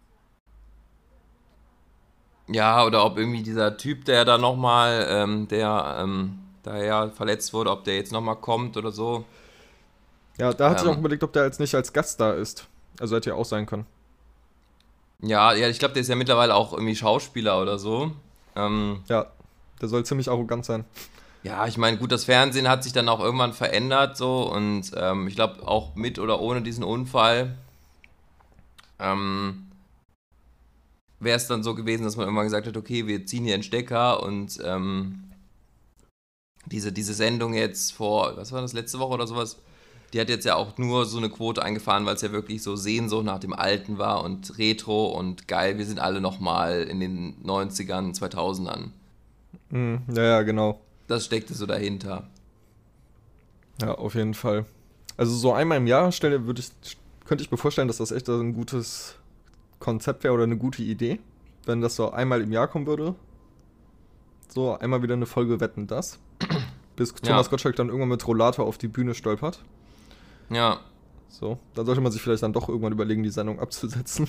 Ja, oder ob irgendwie dieser Typ, der da nochmal, ähm, der ähm, daher verletzt wurde, ob der jetzt nochmal kommt oder so. Ja, da hatte Ähm. ich auch überlegt, ob der jetzt nicht als Gast da ist. Also hätte ja auch sein können. Ja, ja, ich glaube, der ist ja mittlerweile auch irgendwie Schauspieler oder so. Ähm, Ja, der soll ziemlich arrogant sein. ja, ich meine, gut, das Fernsehen hat sich dann auch irgendwann verändert so und ähm, ich glaube auch mit oder ohne diesen Unfall ähm, wäre es dann so gewesen, dass man irgendwann gesagt hat, okay, wir ziehen hier einen Stecker und ähm, diese, diese Sendung jetzt vor, was war das, letzte Woche oder sowas, die hat jetzt ja auch nur so eine Quote eingefahren, weil es ja wirklich so Sehnsucht nach dem Alten war und Retro und geil, wir sind alle nochmal in den neunzigern, zweitausendern. Mhm, ja, ja, genau. Das steckte so dahinter. Ja, auf jeden Fall. Also so einmal im Jahr stelle, würde ich, könnte ich mir vorstellen, dass das echt ein gutes Konzept wäre oder eine gute Idee, wenn das so einmal im Jahr kommen würde. So, einmal wieder eine Folge Wetten, das. Bis ja. Thomas Gottschalk dann irgendwann mit Rollator auf die Bühne stolpert. Ja. So, dann sollte man sich vielleicht dann doch irgendwann überlegen, die Sendung abzusetzen.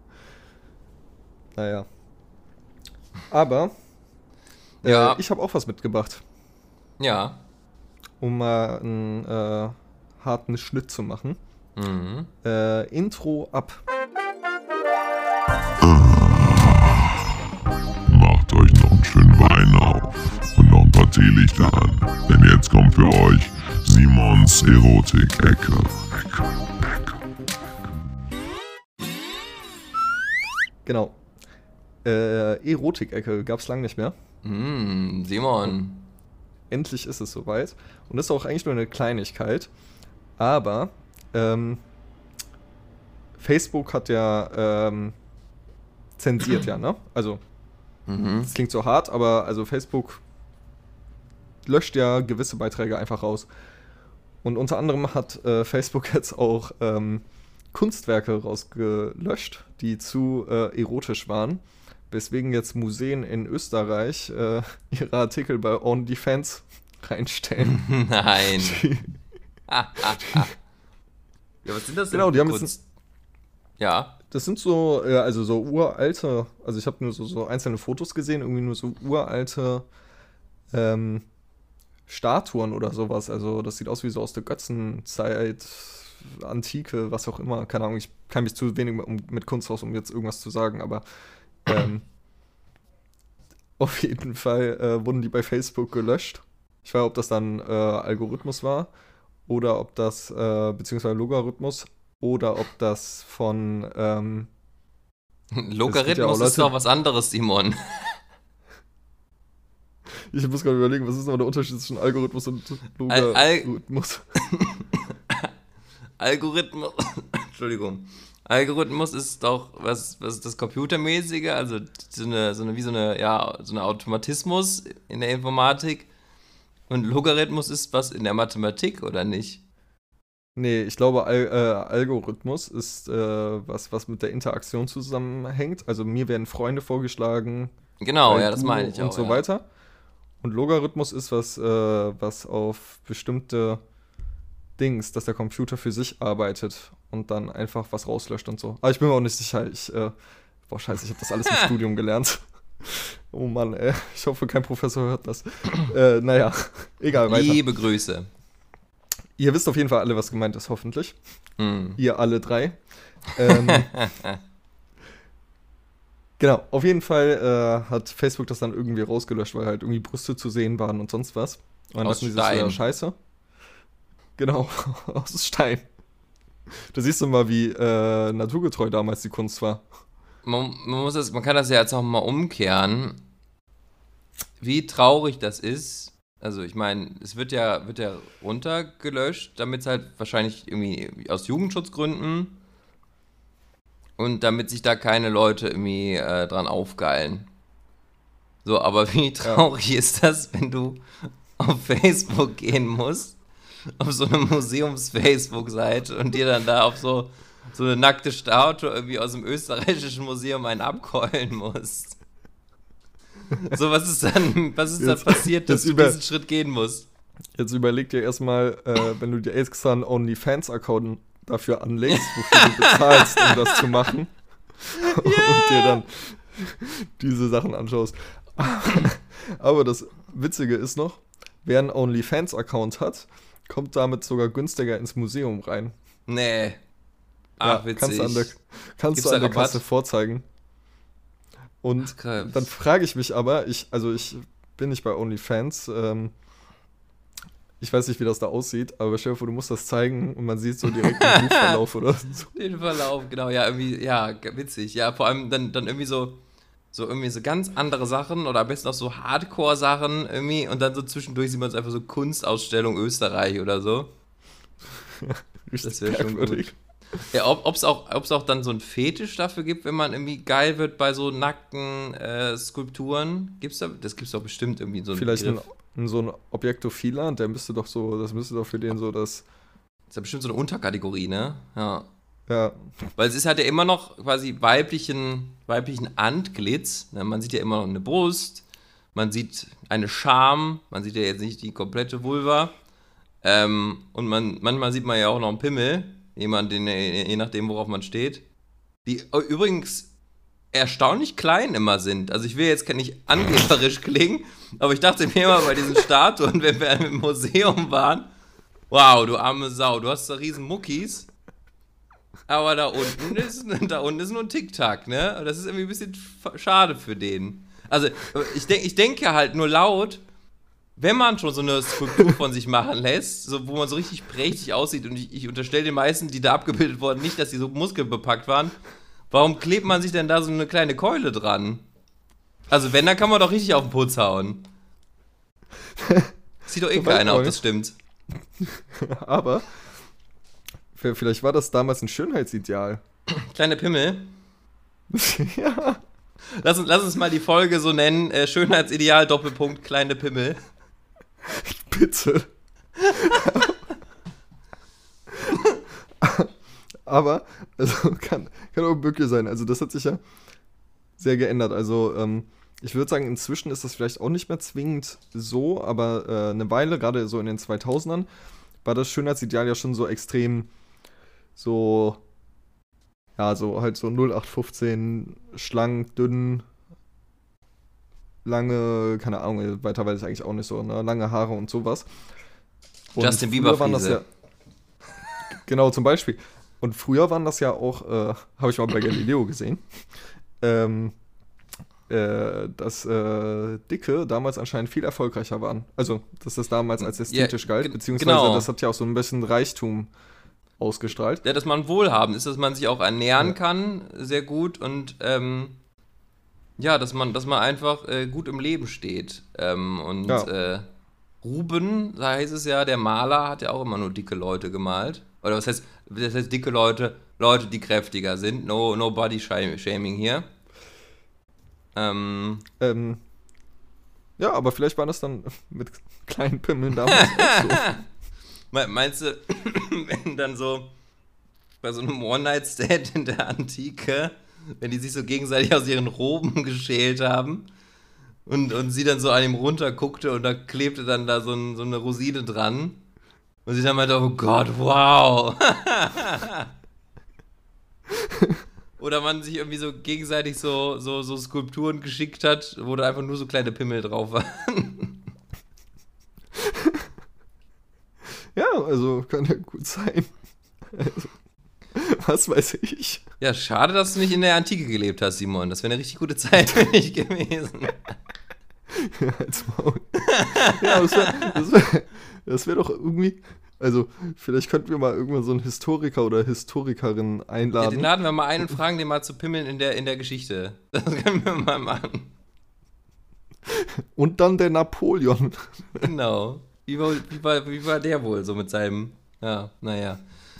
Naja. Aber ja. äh, ich habe auch was mitgebracht. Ja. Um mal einen äh, harten Schnitt zu machen. Mhm. Äh, Intro ab. Macht euch noch einen schönen Wein auf und noch ein paar Teelichter an, denn jetzt kommt für euch Simons Erotik-Ecke. Genau. Äh, Erotik-Ecke gab's lang nicht mehr. Mm, Simon. Endlich ist es soweit. Und das ist auch eigentlich nur eine Kleinigkeit. Aber ähm, Facebook hat ja ähm, zensiert, ja, ne? Also, Mhm. das klingt so hart, aber also Facebook löscht ja gewisse Beiträge einfach raus. Und unter anderem hat äh, Facebook jetzt auch ähm, Kunstwerke rausgelöscht, die zu äh, erotisch waren. Weswegen jetzt Museen in Österreich äh, ihre Artikel bei OnlyFans reinstellen. Nein. ah, ah, ah. Ja, was sind das denn? Genau, die haben Kunst? jetzt. Ja. Das sind so, ja, also so uralte, also ich habe nur so, so einzelne Fotos gesehen, irgendwie nur so uralte ähm, Statuen oder sowas. Also das sieht aus wie so aus der Götzenzeit, Antike, was auch immer. Keine Ahnung, ich kann mich zu wenig mit, mit Kunst aus, um jetzt irgendwas zu sagen, aber ähm, auf jeden Fall äh, wurden die bei Facebook gelöscht. Ich weiß, ob das dann äh, Algorithmus war oder ob das, äh, beziehungsweise Logarithmus, oder ob das von ähm, Logarithmus ja ist doch was anderes, Simon. Ich muss gerade überlegen, was ist aber der Unterschied zwischen Algorithmus und Logarithmus? Al- Algorithmus, Entschuldigung. Algorithmus ist doch was, was ist das Computermäßige, also so eine, so eine, wie so eine, ja, so ein Automatismus in der Informatik. Und Logarithmus ist was in der Mathematik, oder nicht? Nee, ich glaube, Al- äh, Algorithmus ist äh, was, was mit der Interaktion zusammenhängt. Also mir werden Freunde vorgeschlagen. Genau, äh, ja, das du meine ich und auch. so ja. weiter. Und Logarithmus ist was, äh, was auf bestimmte Dings, dass der Computer für sich arbeitet und dann einfach was rauslöscht und so. Aber ich bin mir auch nicht sicher. Ich, äh, boah, scheiße, ich habe das alles im Studium gelernt. Oh Mann, ey. Ich hoffe, kein Professor hört das. äh, naja, egal, weiter. Liebe Grüße. Ihr wisst auf jeden Fall alle, was gemeint ist, hoffentlich. Mm. Ihr alle drei. Ähm, genau, auf jeden Fall äh, hat Facebook das dann irgendwie rausgelöscht, weil halt irgendwie Brüste zu sehen waren und sonst was. Und dann Aus dachten die sich, Stein. ja, scheiße. Genau, aus Stein. Da siehst du mal, wie äh, naturgetreu damals die Kunst war. Man, man, muss das, man kann das ja jetzt auch mal umkehren. Wie traurig das ist. Also ich meine, es wird ja, wird ja runtergelöscht, damit es halt wahrscheinlich irgendwie aus Jugendschutzgründen und damit sich da keine Leute irgendwie äh, dran aufgeilen. So, aber wie traurig ja. ist das, wenn du auf Facebook gehen musst, auf so eine Museums-Facebook-Seite und dir dann da auf so, so eine nackte Statue irgendwie aus dem österreichischen Museum einen abkeulen musst. So, was ist dann, was ist jetzt, dann passiert, dass du über, diesen Schritt gehen musst? Jetzt überleg dir erstmal, äh, wenn du dir extra einen OnlyFans-Account dafür anlegst, wofür du bezahlst, um das zu machen, yeah. und dir dann diese Sachen anschaust. Aber das Witzige ist noch, wer einen OnlyFans-Account hat, kommt damit sogar günstiger ins Museum rein. Nee. Ach, ja, witzig. Kannst du an der, kannst du an der Kasse vorzeigen. Und Ach, dann frage ich mich aber, ich, also ich bin nicht bei OnlyFans, ähm, ich weiß nicht, wie das da aussieht, aber stell dir vor, du musst das zeigen und man sieht so direkt den Buchverlauf oder so. Den Verlauf, genau, ja, irgendwie, ja, witzig. Ja, vor allem dann, dann irgendwie so, so irgendwie so ganz andere Sachen oder am besten auch so Hardcore-Sachen irgendwie und dann so zwischendurch sieht man es einfach so Kunstausstellung Österreich oder so. Ja, das wäre schon gut. Ja, ob es auch, ob's auch dann so einen Fetisch dafür gibt, wenn man irgendwie geil wird bei so nackten äh, Skulpturen. Gibt's da, das gibt's doch bestimmt irgendwie so einen Vielleicht Begriff. ein, so ein Objektophiler, der müsste doch so, das müsste doch für den so das... Das ist ja bestimmt so eine Unterkategorie, ne? Ja. Ja. Weil es ist halt ja immer noch quasi weiblichen, weiblichen Antlitz. Ne? Man sieht ja immer noch eine Brust, man sieht eine Scham, man sieht ja jetzt nicht die komplette Vulva. Ähm, und man, manchmal sieht man ja auch noch einen Pimmel, jemand, den, je nachdem, worauf man steht. Die übrigens erstaunlich klein immer sind. Also ich will jetzt nicht angeberisch klingen, aber ich dachte mir immer bei diesen Statuen, wenn wir im Museum waren, wow, du arme Sau, du hast da riesen Muckis, aber da unten ist, da unten ist nur ein Tic-Tac, ne? Und das ist irgendwie ein bisschen schade für den. Also ich, denk, ich denke halt nur laut, wenn man schon so eine Skulptur von sich machen lässt, so, wo man so richtig prächtig aussieht, und ich, ich unterstelle den meisten, die da abgebildet wurden, nicht, dass die so muskelbepackt waren, warum klebt man sich denn da so eine kleine Keule dran? Also wenn, dann kann man doch richtig auf den Putz hauen. Sieht doch eh keiner, ob das stimmt. Aber vielleicht war das damals ein Schönheitsideal. Kleine Pimmel. Ja. Lass uns, lass uns mal die Folge so nennen, äh, Schönheitsideal, Doppelpunkt, kleine Pimmel. Bitte. Aber, also kann, kann auch möglich sein. Also das hat sich ja sehr geändert. Also ähm, ich würde sagen, inzwischen ist das vielleicht auch nicht mehr zwingend so, aber äh, eine Weile, gerade so in den zweitausendern, war das Schönheitsideal ja schon so extrem so, ja, so halt so null acht fünfzehn, schlank, dünn, lange, keine Ahnung, weiter weiß ich eigentlich auch nicht so, ne, lange Haare und sowas. Und Justin Bieber waren das ja, genau, zum Beispiel. Und früher waren das ja auch, äh, habe ich mal bei Galileo gesehen, ähm, äh, dass äh, Dicke damals anscheinend viel erfolgreicher waren. Also, dass das damals als ästhetisch ja, galt, beziehungsweise genau. Das hat ja auch so ein bisschen Reichtum ausgestrahlt. Ja, dass man wohlhabend ist, dass man sich auch ernähren ja. kann, sehr gut, und ähm, ja, dass man, dass man einfach äh, gut im Leben steht. Ähm, und ja. äh, Ruben, da heißt es ja, der Maler hat ja auch immer nur dicke Leute gemalt. Oder was heißt, das heißt dicke Leute, Leute, die kräftiger sind. No, no body shaming hier. Ähm, ähm, ja, aber vielleicht war das dann mit kleinen Pimmeln damals auch so. Meinst du, wenn dann so bei so einem One-Night-Stand in der Antike, wenn die sich so gegenseitig aus ihren Roben geschält haben und, und sie dann so an ihm runterguckte und da klebte dann da so, ein, so eine Rosine dran und sie dann meinte, oh Gott, wow. Oder man sich irgendwie so gegenseitig so, so, so Skulpturen geschickt hat, wo da einfach nur so kleine Pimmel drauf waren. Ja, also kann ja gut sein. Also, was weiß ich. Ja, schade, dass du nicht in der Antike gelebt hast, Simon. Das wäre eine richtig gute Zeit für dich gewesen. Ja, als Maul. Ja, das wäre das wär, das wär doch irgendwie... Also, vielleicht könnten wir mal irgendwann so einen Historiker oder Historikerin einladen. Ja, den laden wir mal ein und fragen den mal zu Pimmeln in der, in der Geschichte. Das können wir mal machen. Und dann der Napoleon. Genau. Wie war, wie, war, wie war der wohl so mit seinem... Ja, naja.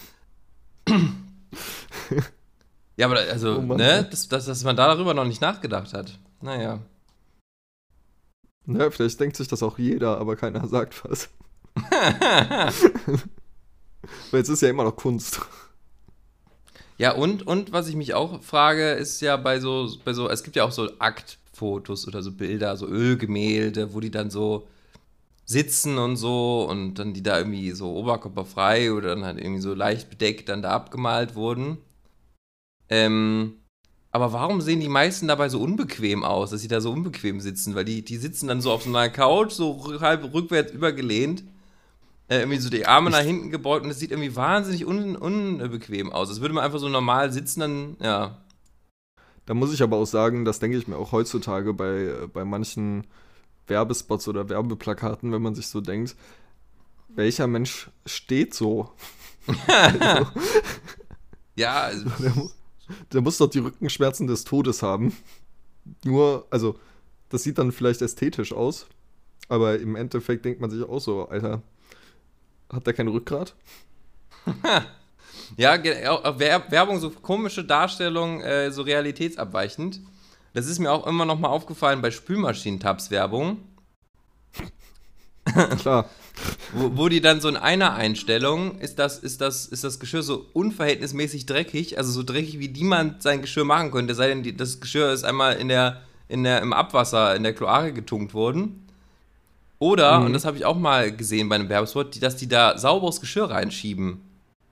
Ja, aber also, oh Mann, ne, dass, dass, dass man darüber noch nicht nachgedacht hat. Naja. Ja, vielleicht denkt sich das auch jeder, aber keiner sagt was. Weil es ist ja immer noch Kunst. Ja, und, und was ich mich auch frage, ist ja bei so, bei so, es gibt ja auch so Aktfotos oder so Bilder, so Ölgemälde, wo die dann so sitzen und so und dann die da irgendwie so oberkörperfrei oder dann halt irgendwie so leicht bedeckt dann da abgemalt wurden. Ähm, aber warum sehen die meisten dabei so unbequem aus, dass sie da so unbequem sitzen? Weil die, die sitzen dann so auf so einer Couch, so halb rückwärts übergelehnt, äh, irgendwie so die Arme nach hinten gebeugt und das sieht irgendwie wahnsinnig un, unbequem aus. Als würde man einfach so normal sitzen, dann, ja. Da muss ich aber auch sagen, das denke ich mir auch heutzutage bei, bei manchen Werbespots oder Werbeplakaten, wenn man sich so denkt, welcher Mensch steht so? Also, ja, also, der, der muss doch die Rückenschmerzen des Todes haben. Nur, also, das sieht dann vielleicht ästhetisch aus, aber im Endeffekt denkt man sich auch so, Alter, hat der kein Rückgrat? Ja, Werbung, so komische Darstellung, äh, so realitätsabweichend. Das ist mir auch immer noch mal aufgefallen bei Spülmaschinentabs-Werbung. Klar. Wo, wo die dann so in einer Einstellung ist das, ist, das, ist das Geschirr so unverhältnismäßig dreckig, also so dreckig, wie niemand sein Geschirr machen könnte, sei denn, die, das Geschirr ist einmal in der, in der, im Abwasser, in der Kloake getunkt worden. Oder, mhm. und das habe ich auch mal gesehen bei einem Werbespot, die, dass die da sauberes Geschirr reinschieben.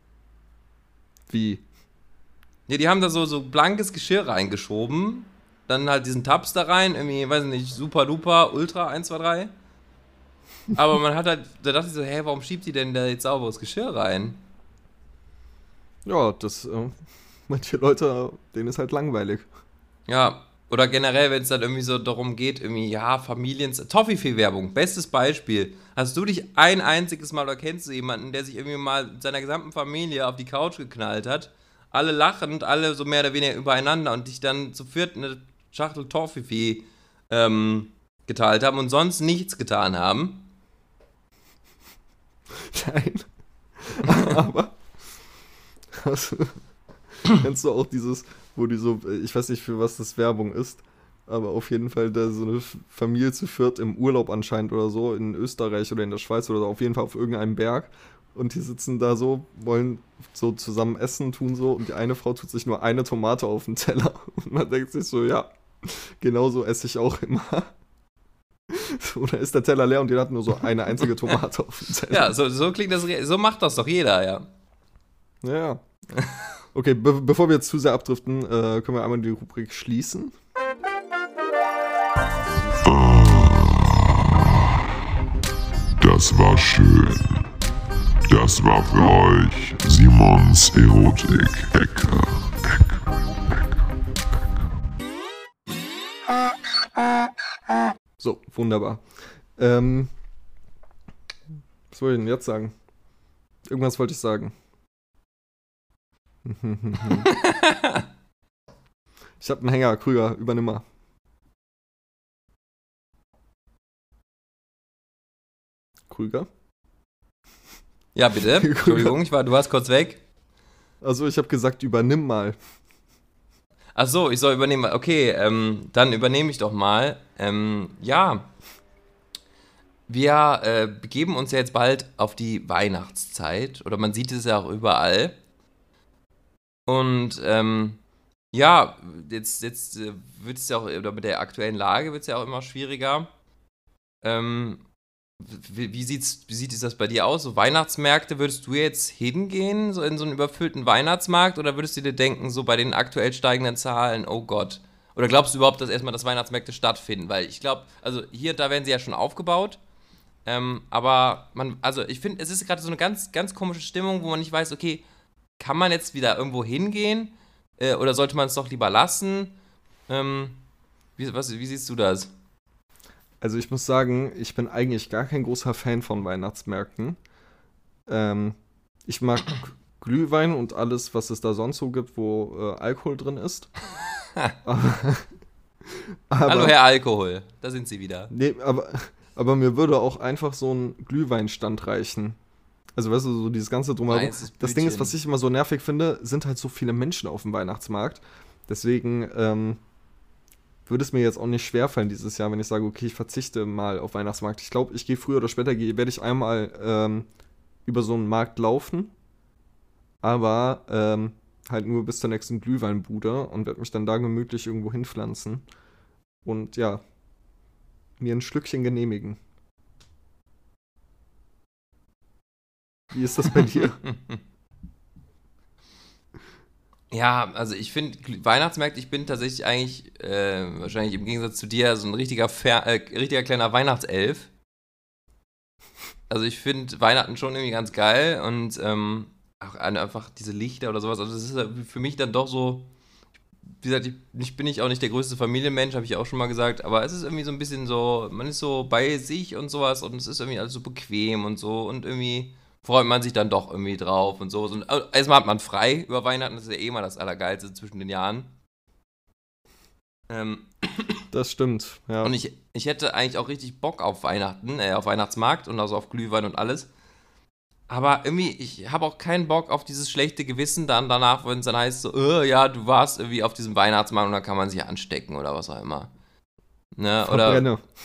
Wie? Ja, die haben da so, so blankes Geschirr reingeschoben, dann halt diesen Tabs da rein, irgendwie, weiß nicht, super duper, ultra, eins, zwei, drei. Aber man hat halt, da dachte ich so, hä, warum schiebt die denn da jetzt sauberes Geschirr rein? Ja, das, äh, manche Leute, denen ist halt langweilig. Ja, oder generell, wenn es dann irgendwie so darum geht, irgendwie, ja, Familien, Toffifee-Werbung, bestes Beispiel. Hast du dich ein einziges Mal, oder kennst du jemanden, der sich irgendwie mal mit seiner gesamten Familie auf die Couch geknallt hat, alle lachend, alle so mehr oder weniger übereinander und dich dann zu viert eine Schachtel Toffifee ähm, geteilt haben und sonst nichts getan haben? Nein. Aber also, kennst du auch dieses, wo die so, ich weiß nicht, für was das Werbung ist, aber auf jeden Fall da so eine Familie zu viert im Urlaub anscheinend oder so, in Österreich oder in der Schweiz oder so, auf jeden Fall auf irgendeinem Berg und die sitzen da so, wollen so zusammen essen, tun so und die eine Frau tut sich nur eine Tomate auf den Teller und man denkt sich so, ja, genau so esse ich auch immer. So, da ist der Teller leer und jeder hat nur so eine einzige Tomate auf dem Teller. Ja, so, so klingt das, so macht das doch jeder, ja. Ja, ja. Okay, be- bevor wir jetzt zu sehr abdriften, äh, können wir einmal die Rubrik schließen. Das war schön. Das war für euch Simons Erotik-Ecke. So, wunderbar. Ähm, was wollte ich denn jetzt sagen? Irgendwas wollte ich sagen. Ich hab einen Hänger, Krüger, übernimm mal. Krüger? Ja, bitte. Entschuldigung, ich war, du warst kurz weg. Also, ich habe gesagt, übernimm mal. Ach so, ich soll übernehmen. Okay, ähm, dann übernehme ich doch mal. Ähm, ja, wir äh, begeben uns ja jetzt bald auf die Weihnachtszeit. Oder man sieht es ja auch überall. Und ähm, ja, jetzt, jetzt äh, wird es ja auch, oder mit der aktuellen Lage wird es ja auch immer schwieriger. Ähm, wie, wie, sieht's, wie sieht das bei dir aus? So Weihnachtsmärkte, würdest du jetzt hingehen, so in so einen überfüllten Weihnachtsmarkt? Oder würdest du dir denken, so bei den aktuell steigenden Zahlen, oh Gott? Oder glaubst du überhaupt, dass erstmal das Weihnachtsmärkte stattfinden? Weil ich glaube, also hier, da werden sie ja schon aufgebaut. Ähm, aber man, also ich finde, es ist gerade so eine ganz, ganz komische Stimmung, wo man nicht weiß, okay, kann man jetzt wieder irgendwo hingehen? Äh, oder sollte man es doch lieber lassen? Ähm, wie, was, wie siehst du das? Also ich muss sagen, ich bin eigentlich gar kein großer Fan von Weihnachtsmärkten. Ähm, ich mag Glühwein und alles, was es da sonst so gibt, wo äh, Alkohol drin ist. aber, aber, Hallo Herr Alkohol, da sind Sie wieder. Nee, aber, aber mir würde auch einfach so ein Glühweinstand reichen. Also weißt du, so dieses ganze Drumherum. Nice, das Ding ist, was ich immer so nervig finde, sind halt so viele Menschen auf dem Weihnachtsmarkt. Deswegen ähm, würde es mir jetzt auch nicht schwerfallen dieses Jahr, wenn ich sage, okay, ich verzichte mal auf Weihnachtsmarkt. Ich glaube, ich gehe früher oder später, gehe, werde ich einmal ähm, über so einen Markt laufen, aber ähm, halt nur bis zur nächsten Glühweinbude und werde mich dann da gemütlich irgendwo hinpflanzen und ja, mir ein Schlückchen genehmigen. Wie ist das bei dir? Ja, also ich finde Weihnachtsmärkte, ich bin tatsächlich eigentlich, äh, wahrscheinlich im Gegensatz zu dir, so ein richtiger, Fer äh, richtiger kleiner Weihnachtself. Also ich finde Weihnachten schon irgendwie ganz geil und ähm, auch einfach diese Lichter oder sowas, also das ist für mich dann doch so, wie gesagt, ich, ich bin ich auch nicht der größte Familienmensch, habe ich auch schon mal gesagt, aber es ist irgendwie so ein bisschen so, man ist so bei sich und sowas und es ist irgendwie alles so bequem und so und irgendwie freut man sich dann doch irgendwie drauf und so. Und erstmal hat man frei über Weihnachten, das ist ja eh mal das Allergeilste zwischen den Jahren. Ähm, das stimmt, ja. Und ich, ich hätte eigentlich auch richtig Bock auf Weihnachten, äh, auf Weihnachtsmarkt und also auf Glühwein und alles. Aber irgendwie, ich habe auch keinen Bock auf dieses schlechte Gewissen dann danach, wenn es dann heißt so, äh, ja, du warst irgendwie auf diesem Weihnachtsmarkt und dann kann man sich anstecken oder was auch immer. Ne? Oder,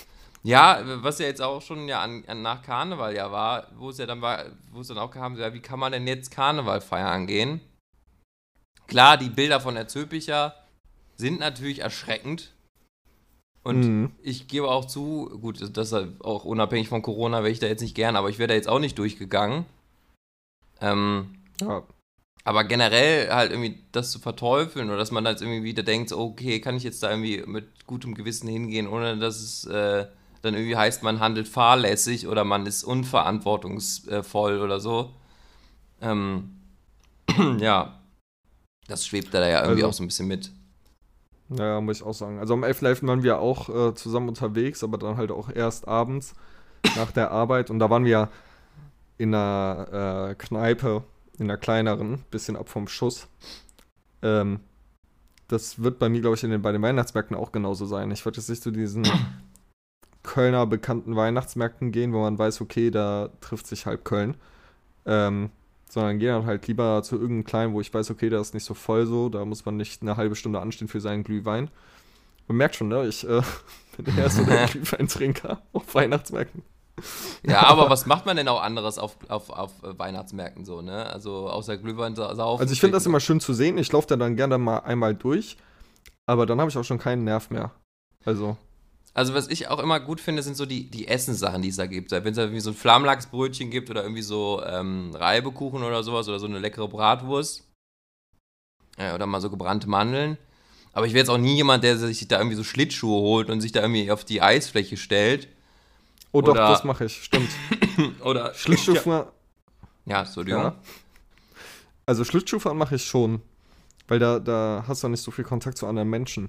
Ja, was ja jetzt auch schon ja an, an nach Karneval ja war, wo es ja dann war, wo es dann auch kam, ja, wie kann man denn jetzt Karneval feiern gehen? Klar, die Bilder von der Zülpicher sind natürlich erschreckend. Und Mhm. ich gebe auch zu, gut, das ist auch unabhängig von Corona, wäre ich da jetzt nicht gern, aber ich wäre da jetzt auch nicht durchgegangen. Ähm, Ja. aber generell halt irgendwie das zu verteufeln oder dass man halt irgendwie wieder denkt, so, okay, kann ich jetzt da irgendwie mit gutem Gewissen hingehen, ohne dass es äh, dann irgendwie heißt, man handelt fahrlässig oder man ist unverantwortungsvoll oder so. Ähm, ja, das schwebt da ja irgendwie Also- auch so ein bisschen mit. Ja, muss ich auch sagen. Also am elften elften waren wir auch äh, zusammen unterwegs, aber dann halt auch erst abends nach der Arbeit. Und da waren wir in einer äh, Kneipe, in einer kleineren, bisschen ab vom Schuss. Ähm, das wird bei mir, glaube ich, in den, bei den Weihnachtsmärkten auch genauso sein. Ich würde jetzt nicht zu diesen Kölner bekannten Weihnachtsmärkten gehen, wo man weiß, okay, da trifft sich halb Köln. Ähm, sondern gehe dann halt lieber zu irgendeinem kleinen, wo ich weiß, okay, da ist nicht so voll so, da muss man nicht eine halbe Stunde anstehen für seinen Glühwein. Man merkt schon, ne, ich äh, bin der erste der Glühweintrinker auf Weihnachtsmärkten. Ja, aber was macht man denn auch anderes auf, auf, auf Weihnachtsmärkten so, ne? Also außer Glühwein sa- saufen. Also ich finde das immer schön zu sehen, ich laufe da dann gerne mal einmal durch, aber dann habe ich auch schon keinen Nerv mehr. Also, Also was ich auch immer gut finde, sind so die, die Essenssachen, die es da gibt. Wenn es da irgendwie so ein Flammlachsbrötchen gibt oder irgendwie so ähm, Reibekuchen oder sowas oder so eine leckere Bratwurst. Ja, oder mal so gebrannte Mandeln. Aber ich wäre jetzt auch nie jemand, der sich da irgendwie so Schlittschuhe holt und sich da irgendwie auf die Eisfläche stellt. oh doch, Oder- das mache ich, stimmt. Oder Schlittschuhfahren, Ja, Entschuldigung. ja. Also Schlittschuhfahren mache ich schon, weil da, da hast du nicht so viel Kontakt zu anderen Menschen.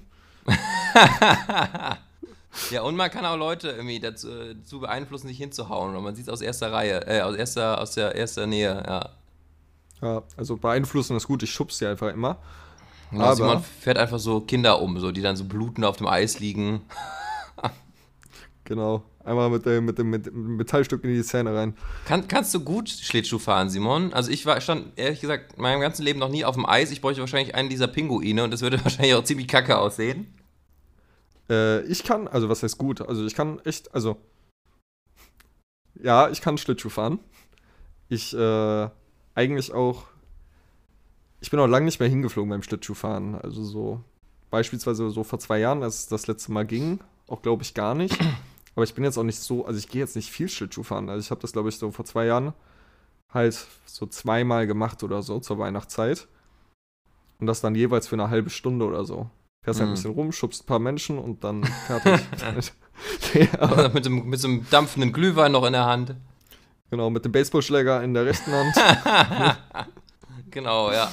Ja, und man kann auch Leute irgendwie dazu, dazu beeinflussen, sich hinzuhauen. Und man sieht es aus erster Reihe, äh, aus erster, aus der erster Nähe, ja. Ja, also beeinflussen ist gut, ich schubse sie einfach immer. Genau, Aber- Simon fährt einfach so Kinder um, so, die dann so blutend auf dem Eis liegen. Genau, einmal mit dem, mit dem, mit dem Metallstück in die Zähne rein. Kann, kannst du gut Schlittschuh fahren, Simon? Also ich war, stand ehrlich gesagt meinem ganzen Leben noch nie auf dem Eis. Ich bräuchte wahrscheinlich einen dieser Pinguine und das würde wahrscheinlich auch ziemlich kacke aussehen. Äh, ich kann, also was heißt gut? Also ich kann echt, also ja, ich kann Schlittschuh fahren. Ich äh, eigentlich auch, ich bin auch lange nicht mehr hingeflogen beim Schlittschuhfahren. Also so beispielsweise so vor zwei Jahren, als es das letzte Mal ging, auch glaube ich gar nicht. Aber ich bin jetzt auch nicht so, also ich gehe jetzt nicht viel Schlittschuh fahren. Also ich habe das glaube ich so vor zwei Jahren halt so zweimal gemacht oder so zur Weihnachtszeit. Und das dann jeweils für eine halbe Stunde oder so. Fährst ein Mhm. bisschen rum, schubst ein paar Menschen und dann fertig. Ja, aber mit, dem, mit so einem dampfenden Glühwein noch in der Hand. genau, mit dem Baseballschläger in der rechten Hand. Genau, ja.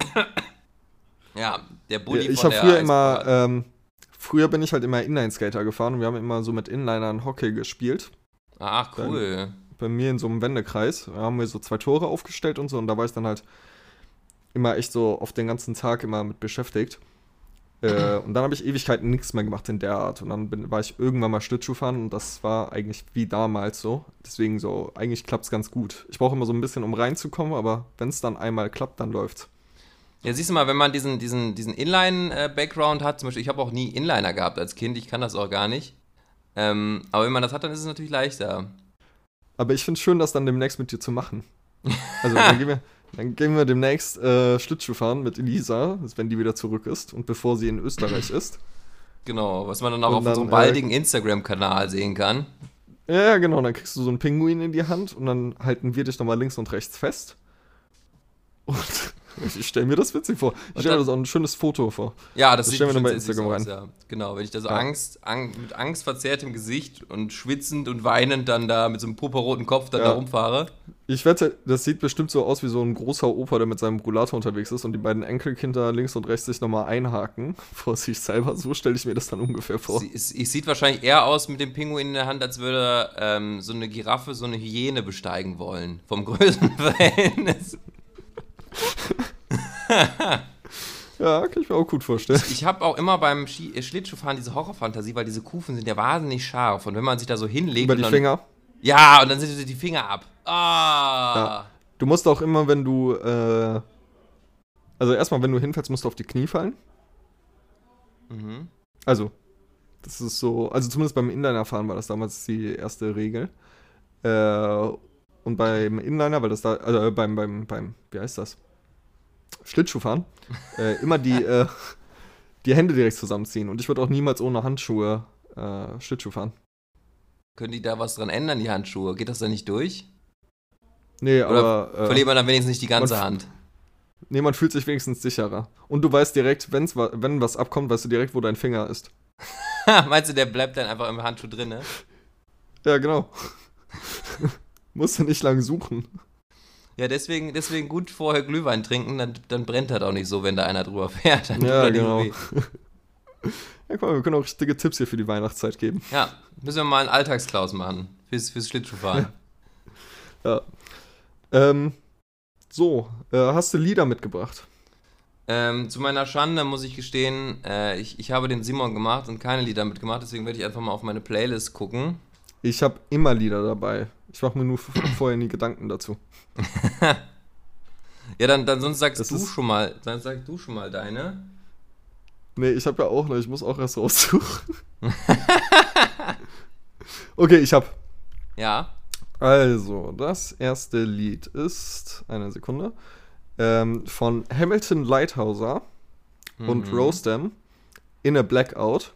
Ja, der Bulli ich von habe der früher immer, Eisbahn. ähm, früher bin ich halt immer Inline-Skater gefahren und wir haben immer so mit Inlinern Hockey gespielt. Ach, cool. Bei mir in so einem Wendekreis. Da haben wir so zwei Tore aufgestellt und so und da war ich dann halt immer echt so auf den ganzen Tag immer mit beschäftigt. Äh, und dann habe ich Ewigkeiten nichts mehr gemacht in der Art. Und dann bin, war ich irgendwann mal Schlittschuhfahren und das war eigentlich wie damals so. Deswegen so, eigentlich klappt es ganz gut. Ich brauche immer so ein bisschen, um reinzukommen, aber wenn es dann einmal klappt, dann läuft's. Ja, siehst du mal, wenn man diesen, diesen, diesen Inline-Background hat, zum Beispiel, ich habe auch nie Inliner gehabt als Kind, ich kann das auch gar nicht. Ähm, aber wenn man das hat, dann ist es natürlich leichter. Aber ich finde es schön, das dann demnächst mit dir zu machen. Also dann gehen wir, dann gehen wir demnächst äh, Schlittschuh fahren mit Elisa, wenn die wieder zurück ist und bevor sie in Österreich ist. Genau, was man dann auch Und auf dann, unserem äh, baldigen Instagram-Kanal sehen kann. Ja, ja, genau, dann kriegst du so einen Pinguin in die Hand und dann halten wir dich nochmal links und rechts fest. Und ich stelle mir das witzig vor. Ich stelle mir dann- das auch ein schönes Foto vor. Ja, das, Das sieht stellen wir noch bestimmt bei sehr Instagram süß aus, ja. Genau, wenn ich da so Ja. Angst, ang, mit angstverzerrtem Gesicht und schwitzend und weinend dann da mit so einem purpurroten Kopf dann Ja. da rumfahre. Ich wette, das sieht bestimmt so aus wie so ein großer Opa, der mit seinem Rollator unterwegs ist und die beiden Enkelkinder links und rechts sich nochmal einhaken vor sich selber. So stelle ich mir das dann ungefähr vor. Sie, es, es sieht wahrscheinlich eher aus mit dem Pinguin in der Hand, als würde ähm, so eine Giraffe so eine Hyäne besteigen wollen. Vom Größenverhältnis. Ja, kann ich mir auch gut vorstellen. Ich habe auch immer beim Ski äh, Schlittschuhfahren diese Horrorfantasie, weil diese Kufen sind ja wahnsinnig scharf. Und wenn man sich da so hinlegt. Über und die dann, Finger. Ja, und dann sind die Finger ab. Ah. Ja. Du musst auch immer, wenn du, äh, also erstmal, wenn du hinfällst, musst du auf die Knie fallen. Mhm. Also, Das ist so, also zumindest beim Inliner-Fahren war das damals die erste Regel. Äh, und beim Inliner, weil das da, also beim, beim, beim, wie heißt das? Schlittschuhfahren, äh, immer die, äh, die Hände direkt zusammenziehen. Und ich würde auch niemals ohne Handschuhe äh, Schlittschuh fahren. Können die da was dran ändern, die Handschuhe? Geht das da nicht durch? Nee, Oder aber. Äh, verliert man dann wenigstens nicht die ganze man, Hand? Nee, man fühlt sich wenigstens sicherer. Und du weißt direkt, wenn's, wenn was abkommt, weißt du direkt, wo dein Finger ist. Meinst du, der bleibt dann einfach im Handschuh drin, ne? Ja, genau. Musst du nicht lang suchen. Ja, deswegen, deswegen gut vorher Glühwein trinken, dann, dann brennt das auch nicht so, wenn da einer drüber fährt. Dann Ja, tut er genau. nicht weh. Ja, guck mal, wir können auch richtige Tipps hier für die Weihnachtszeit geben. Ja, müssen wir mal einen Alltagsklaus machen. Fürs, fürs Schlittschuhfahren. Ja. Ähm, so, äh, hast du Lieder mitgebracht? Ähm, zu meiner Schande muss ich gestehen, äh, ich, ich habe den Simon gemacht und keine Lieder mitgemacht, deswegen werde ich einfach mal auf meine Playlist gucken. Ich habe immer Lieder dabei. Ich mache mir nur f- vorher nie Gedanken dazu. Ja, dann, dann sonst sagst Das du ist- schon mal, dann sag du schon mal deine. Nee, ich habe ja auch noch, ich muss auch erst raussuchen. Okay, ich hab. Ja. Also, das erste Lied ist, eine Sekunde, ähm, von Hamilton Lighthouser und Mhm. Rostam, In a Blackout.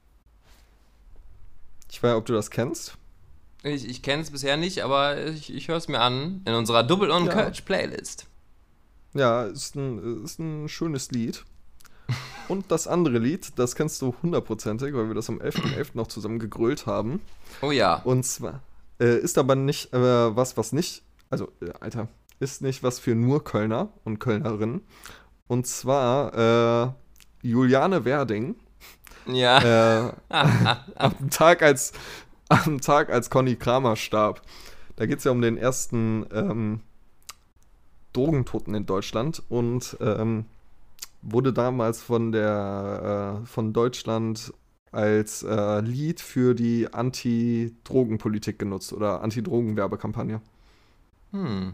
Ich weiß nicht, ob du das kennst. Ich, ich kenne es bisher nicht, aber ich, ich höre es mir an in unserer Double on Ja. Coach Playlist. Ja, ist ein, ist ein schönes Lied. Und das andere Lied, das kennst du hundertprozentig, weil wir das am elften elften noch zusammen gegrölt haben. Oh ja. Und zwar äh, ist aber nicht äh, was, was nicht, also, äh, Alter, ist nicht was für nur Kölner und Kölnerinnen. Und zwar äh, Juliane Werding. Ja. Äh, am Tag, als am Tag, als Conny Kramer starb. Da geht es ja um den ersten ähm, Drogentoten in Deutschland und ähm, wurde damals von der äh, von Deutschland als äh, Lied für die Anti-Drogen-Politik genutzt oder Anti-Drogen-Werbekampagne. Hm.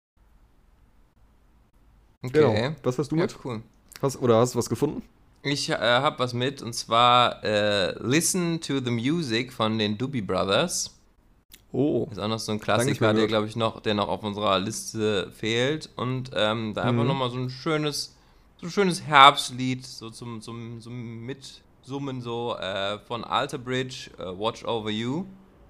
Okay. Genau. Was hast du Ja, mit? cool. Hast, oder hast du was gefunden? Ich äh, habe was mit, und zwar äh, Listen to the Music von den Doobie Brothers. Oh. Ist auch noch so ein Lange nicht Klassiker, mehr der, gehört. glaube ich, noch, der noch auf unserer Liste fehlt. Und ähm, da einfach Mhm. nochmal so ein schönes, so ein schönes Herbstlied, so zum, zum, zum Mitsummen so äh, von Alter Bridge, äh, Watch Over You.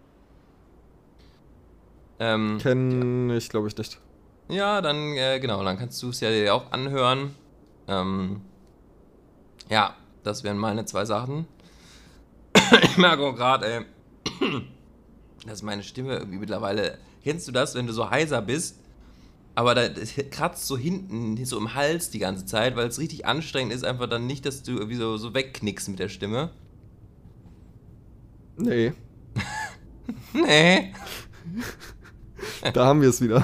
Ähm, Kenn ich, glaube ich, nicht. Ja, dann, äh, genau, dann kannst du es ja dir auch anhören. Ähm, ja, das wären meine zwei Sachen. Ich merke auch gerade, ey, dass meine Stimme irgendwie mittlerweile, kennst du das, wenn du so heiser bist, aber da das kratzt so hinten, so im Hals die ganze Zeit, weil es richtig anstrengend ist, einfach dann nicht, dass du irgendwie so, so wegknickst mit der Stimme. Nee, Nee. da haben wir es wieder.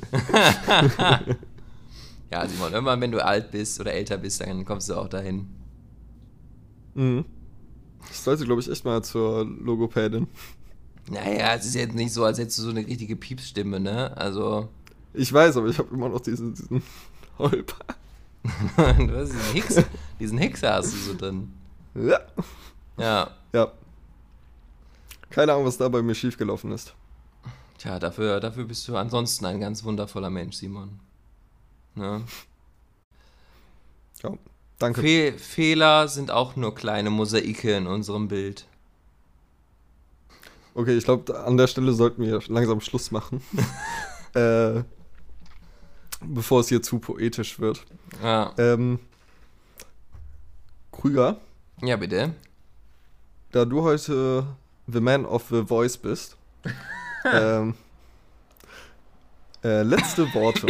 Ja, Simon, irgendwann, wenn du alt bist oder älter bist, dann kommst du auch dahin. Mhm. Ich sollte, glaube ich, echt mal zur Logopädin. Naja, es ist jetzt nicht so, als hättest du so eine richtige Piepsstimme, ne? Also, Ich weiß, aber ich habe immer noch diesen, diesen Holper. du hast diesen Hicks, diesen Hexer hast du so drin. Ja. Ja, Ja. Keine Ahnung, was da bei mir schiefgelaufen ist. tja, dafür, dafür bist du ansonsten ein ganz wundervoller Mensch, Simon. Ne? Ja, danke. Fe Fehler sind auch nur kleine Mosaike in unserem Bild. Okay, ich glaube, an der Stelle sollten wir langsam Schluss machen. äh, bevor es hier zu poetisch wird. Ja, Ähm, Krüger, ja bitte. da du heute the man of the voice bist, ähm, äh, letzte Worte.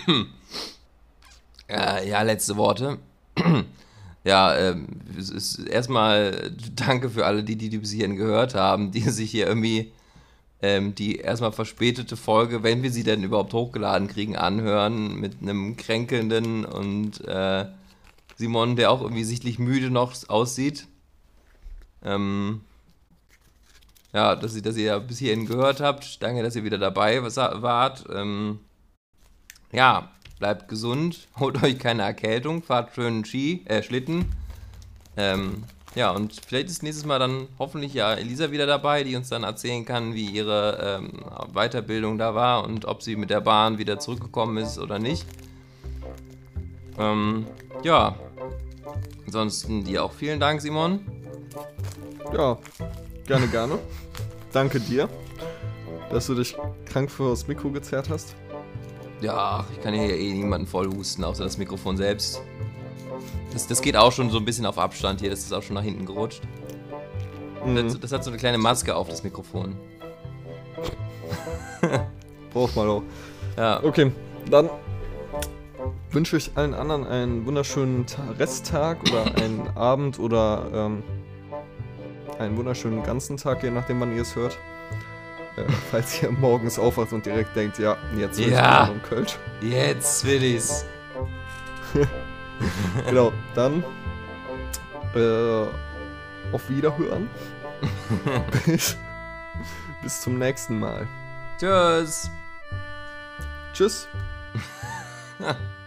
Äh, ja, letzte Worte. Ja, ähm, es ist erstmal danke für alle, die, die, die bis hierhin gehört haben, die sich hier irgendwie ähm, die erstmal verspätete Folge, wenn wir sie denn überhaupt hochgeladen kriegen, anhören mit einem kränkelnden und äh, Simon, der auch irgendwie sichtlich müde noch aussieht. Ähm, ja, dass ihr, dass ihr bis hierhin gehört habt. Danke, dass ihr wieder dabei wart. Ähm, ja, bleibt gesund, holt euch keine Erkältung, fahrt schön Ski, äh, Schlitten. Ähm, ja, und vielleicht ist nächstes Mal dann hoffentlich ja Elisa wieder dabei, die uns dann erzählen kann, wie ihre ähm, Weiterbildung da war und ob sie mit der Bahn wieder zurückgekommen ist oder nicht. Ähm, ja, ansonsten dir auch vielen Dank, Simon. Ja, gerne, gerne. Danke dir, dass du dich krank fürs Mikro gezerrt hast. Ja, ich kann hier eh niemanden voll husten, außer das Mikrofon selbst. Das, das geht auch schon so ein bisschen auf Abstand hier, das ist auch schon nach hinten gerutscht. Mhm. Das, das hat so eine kleine Maske auf, das Mikrofon. Braucht mal auch. Ja, Okay, dann wünsche ich allen anderen einen wunderschönen Ta- Resttag oder einen Abend oder ähm, einen wunderschönen ganzen Tag, je nachdem wann ihr es hört. Äh, falls ihr morgens aufwacht und direkt denkt, ja, jetzt will Ja. ich noch einen Kölsch. jetzt will ich's. Genau, dann äh, auf Wiederhören. bis, bis zum nächsten Mal. Tschüss. Tschüss.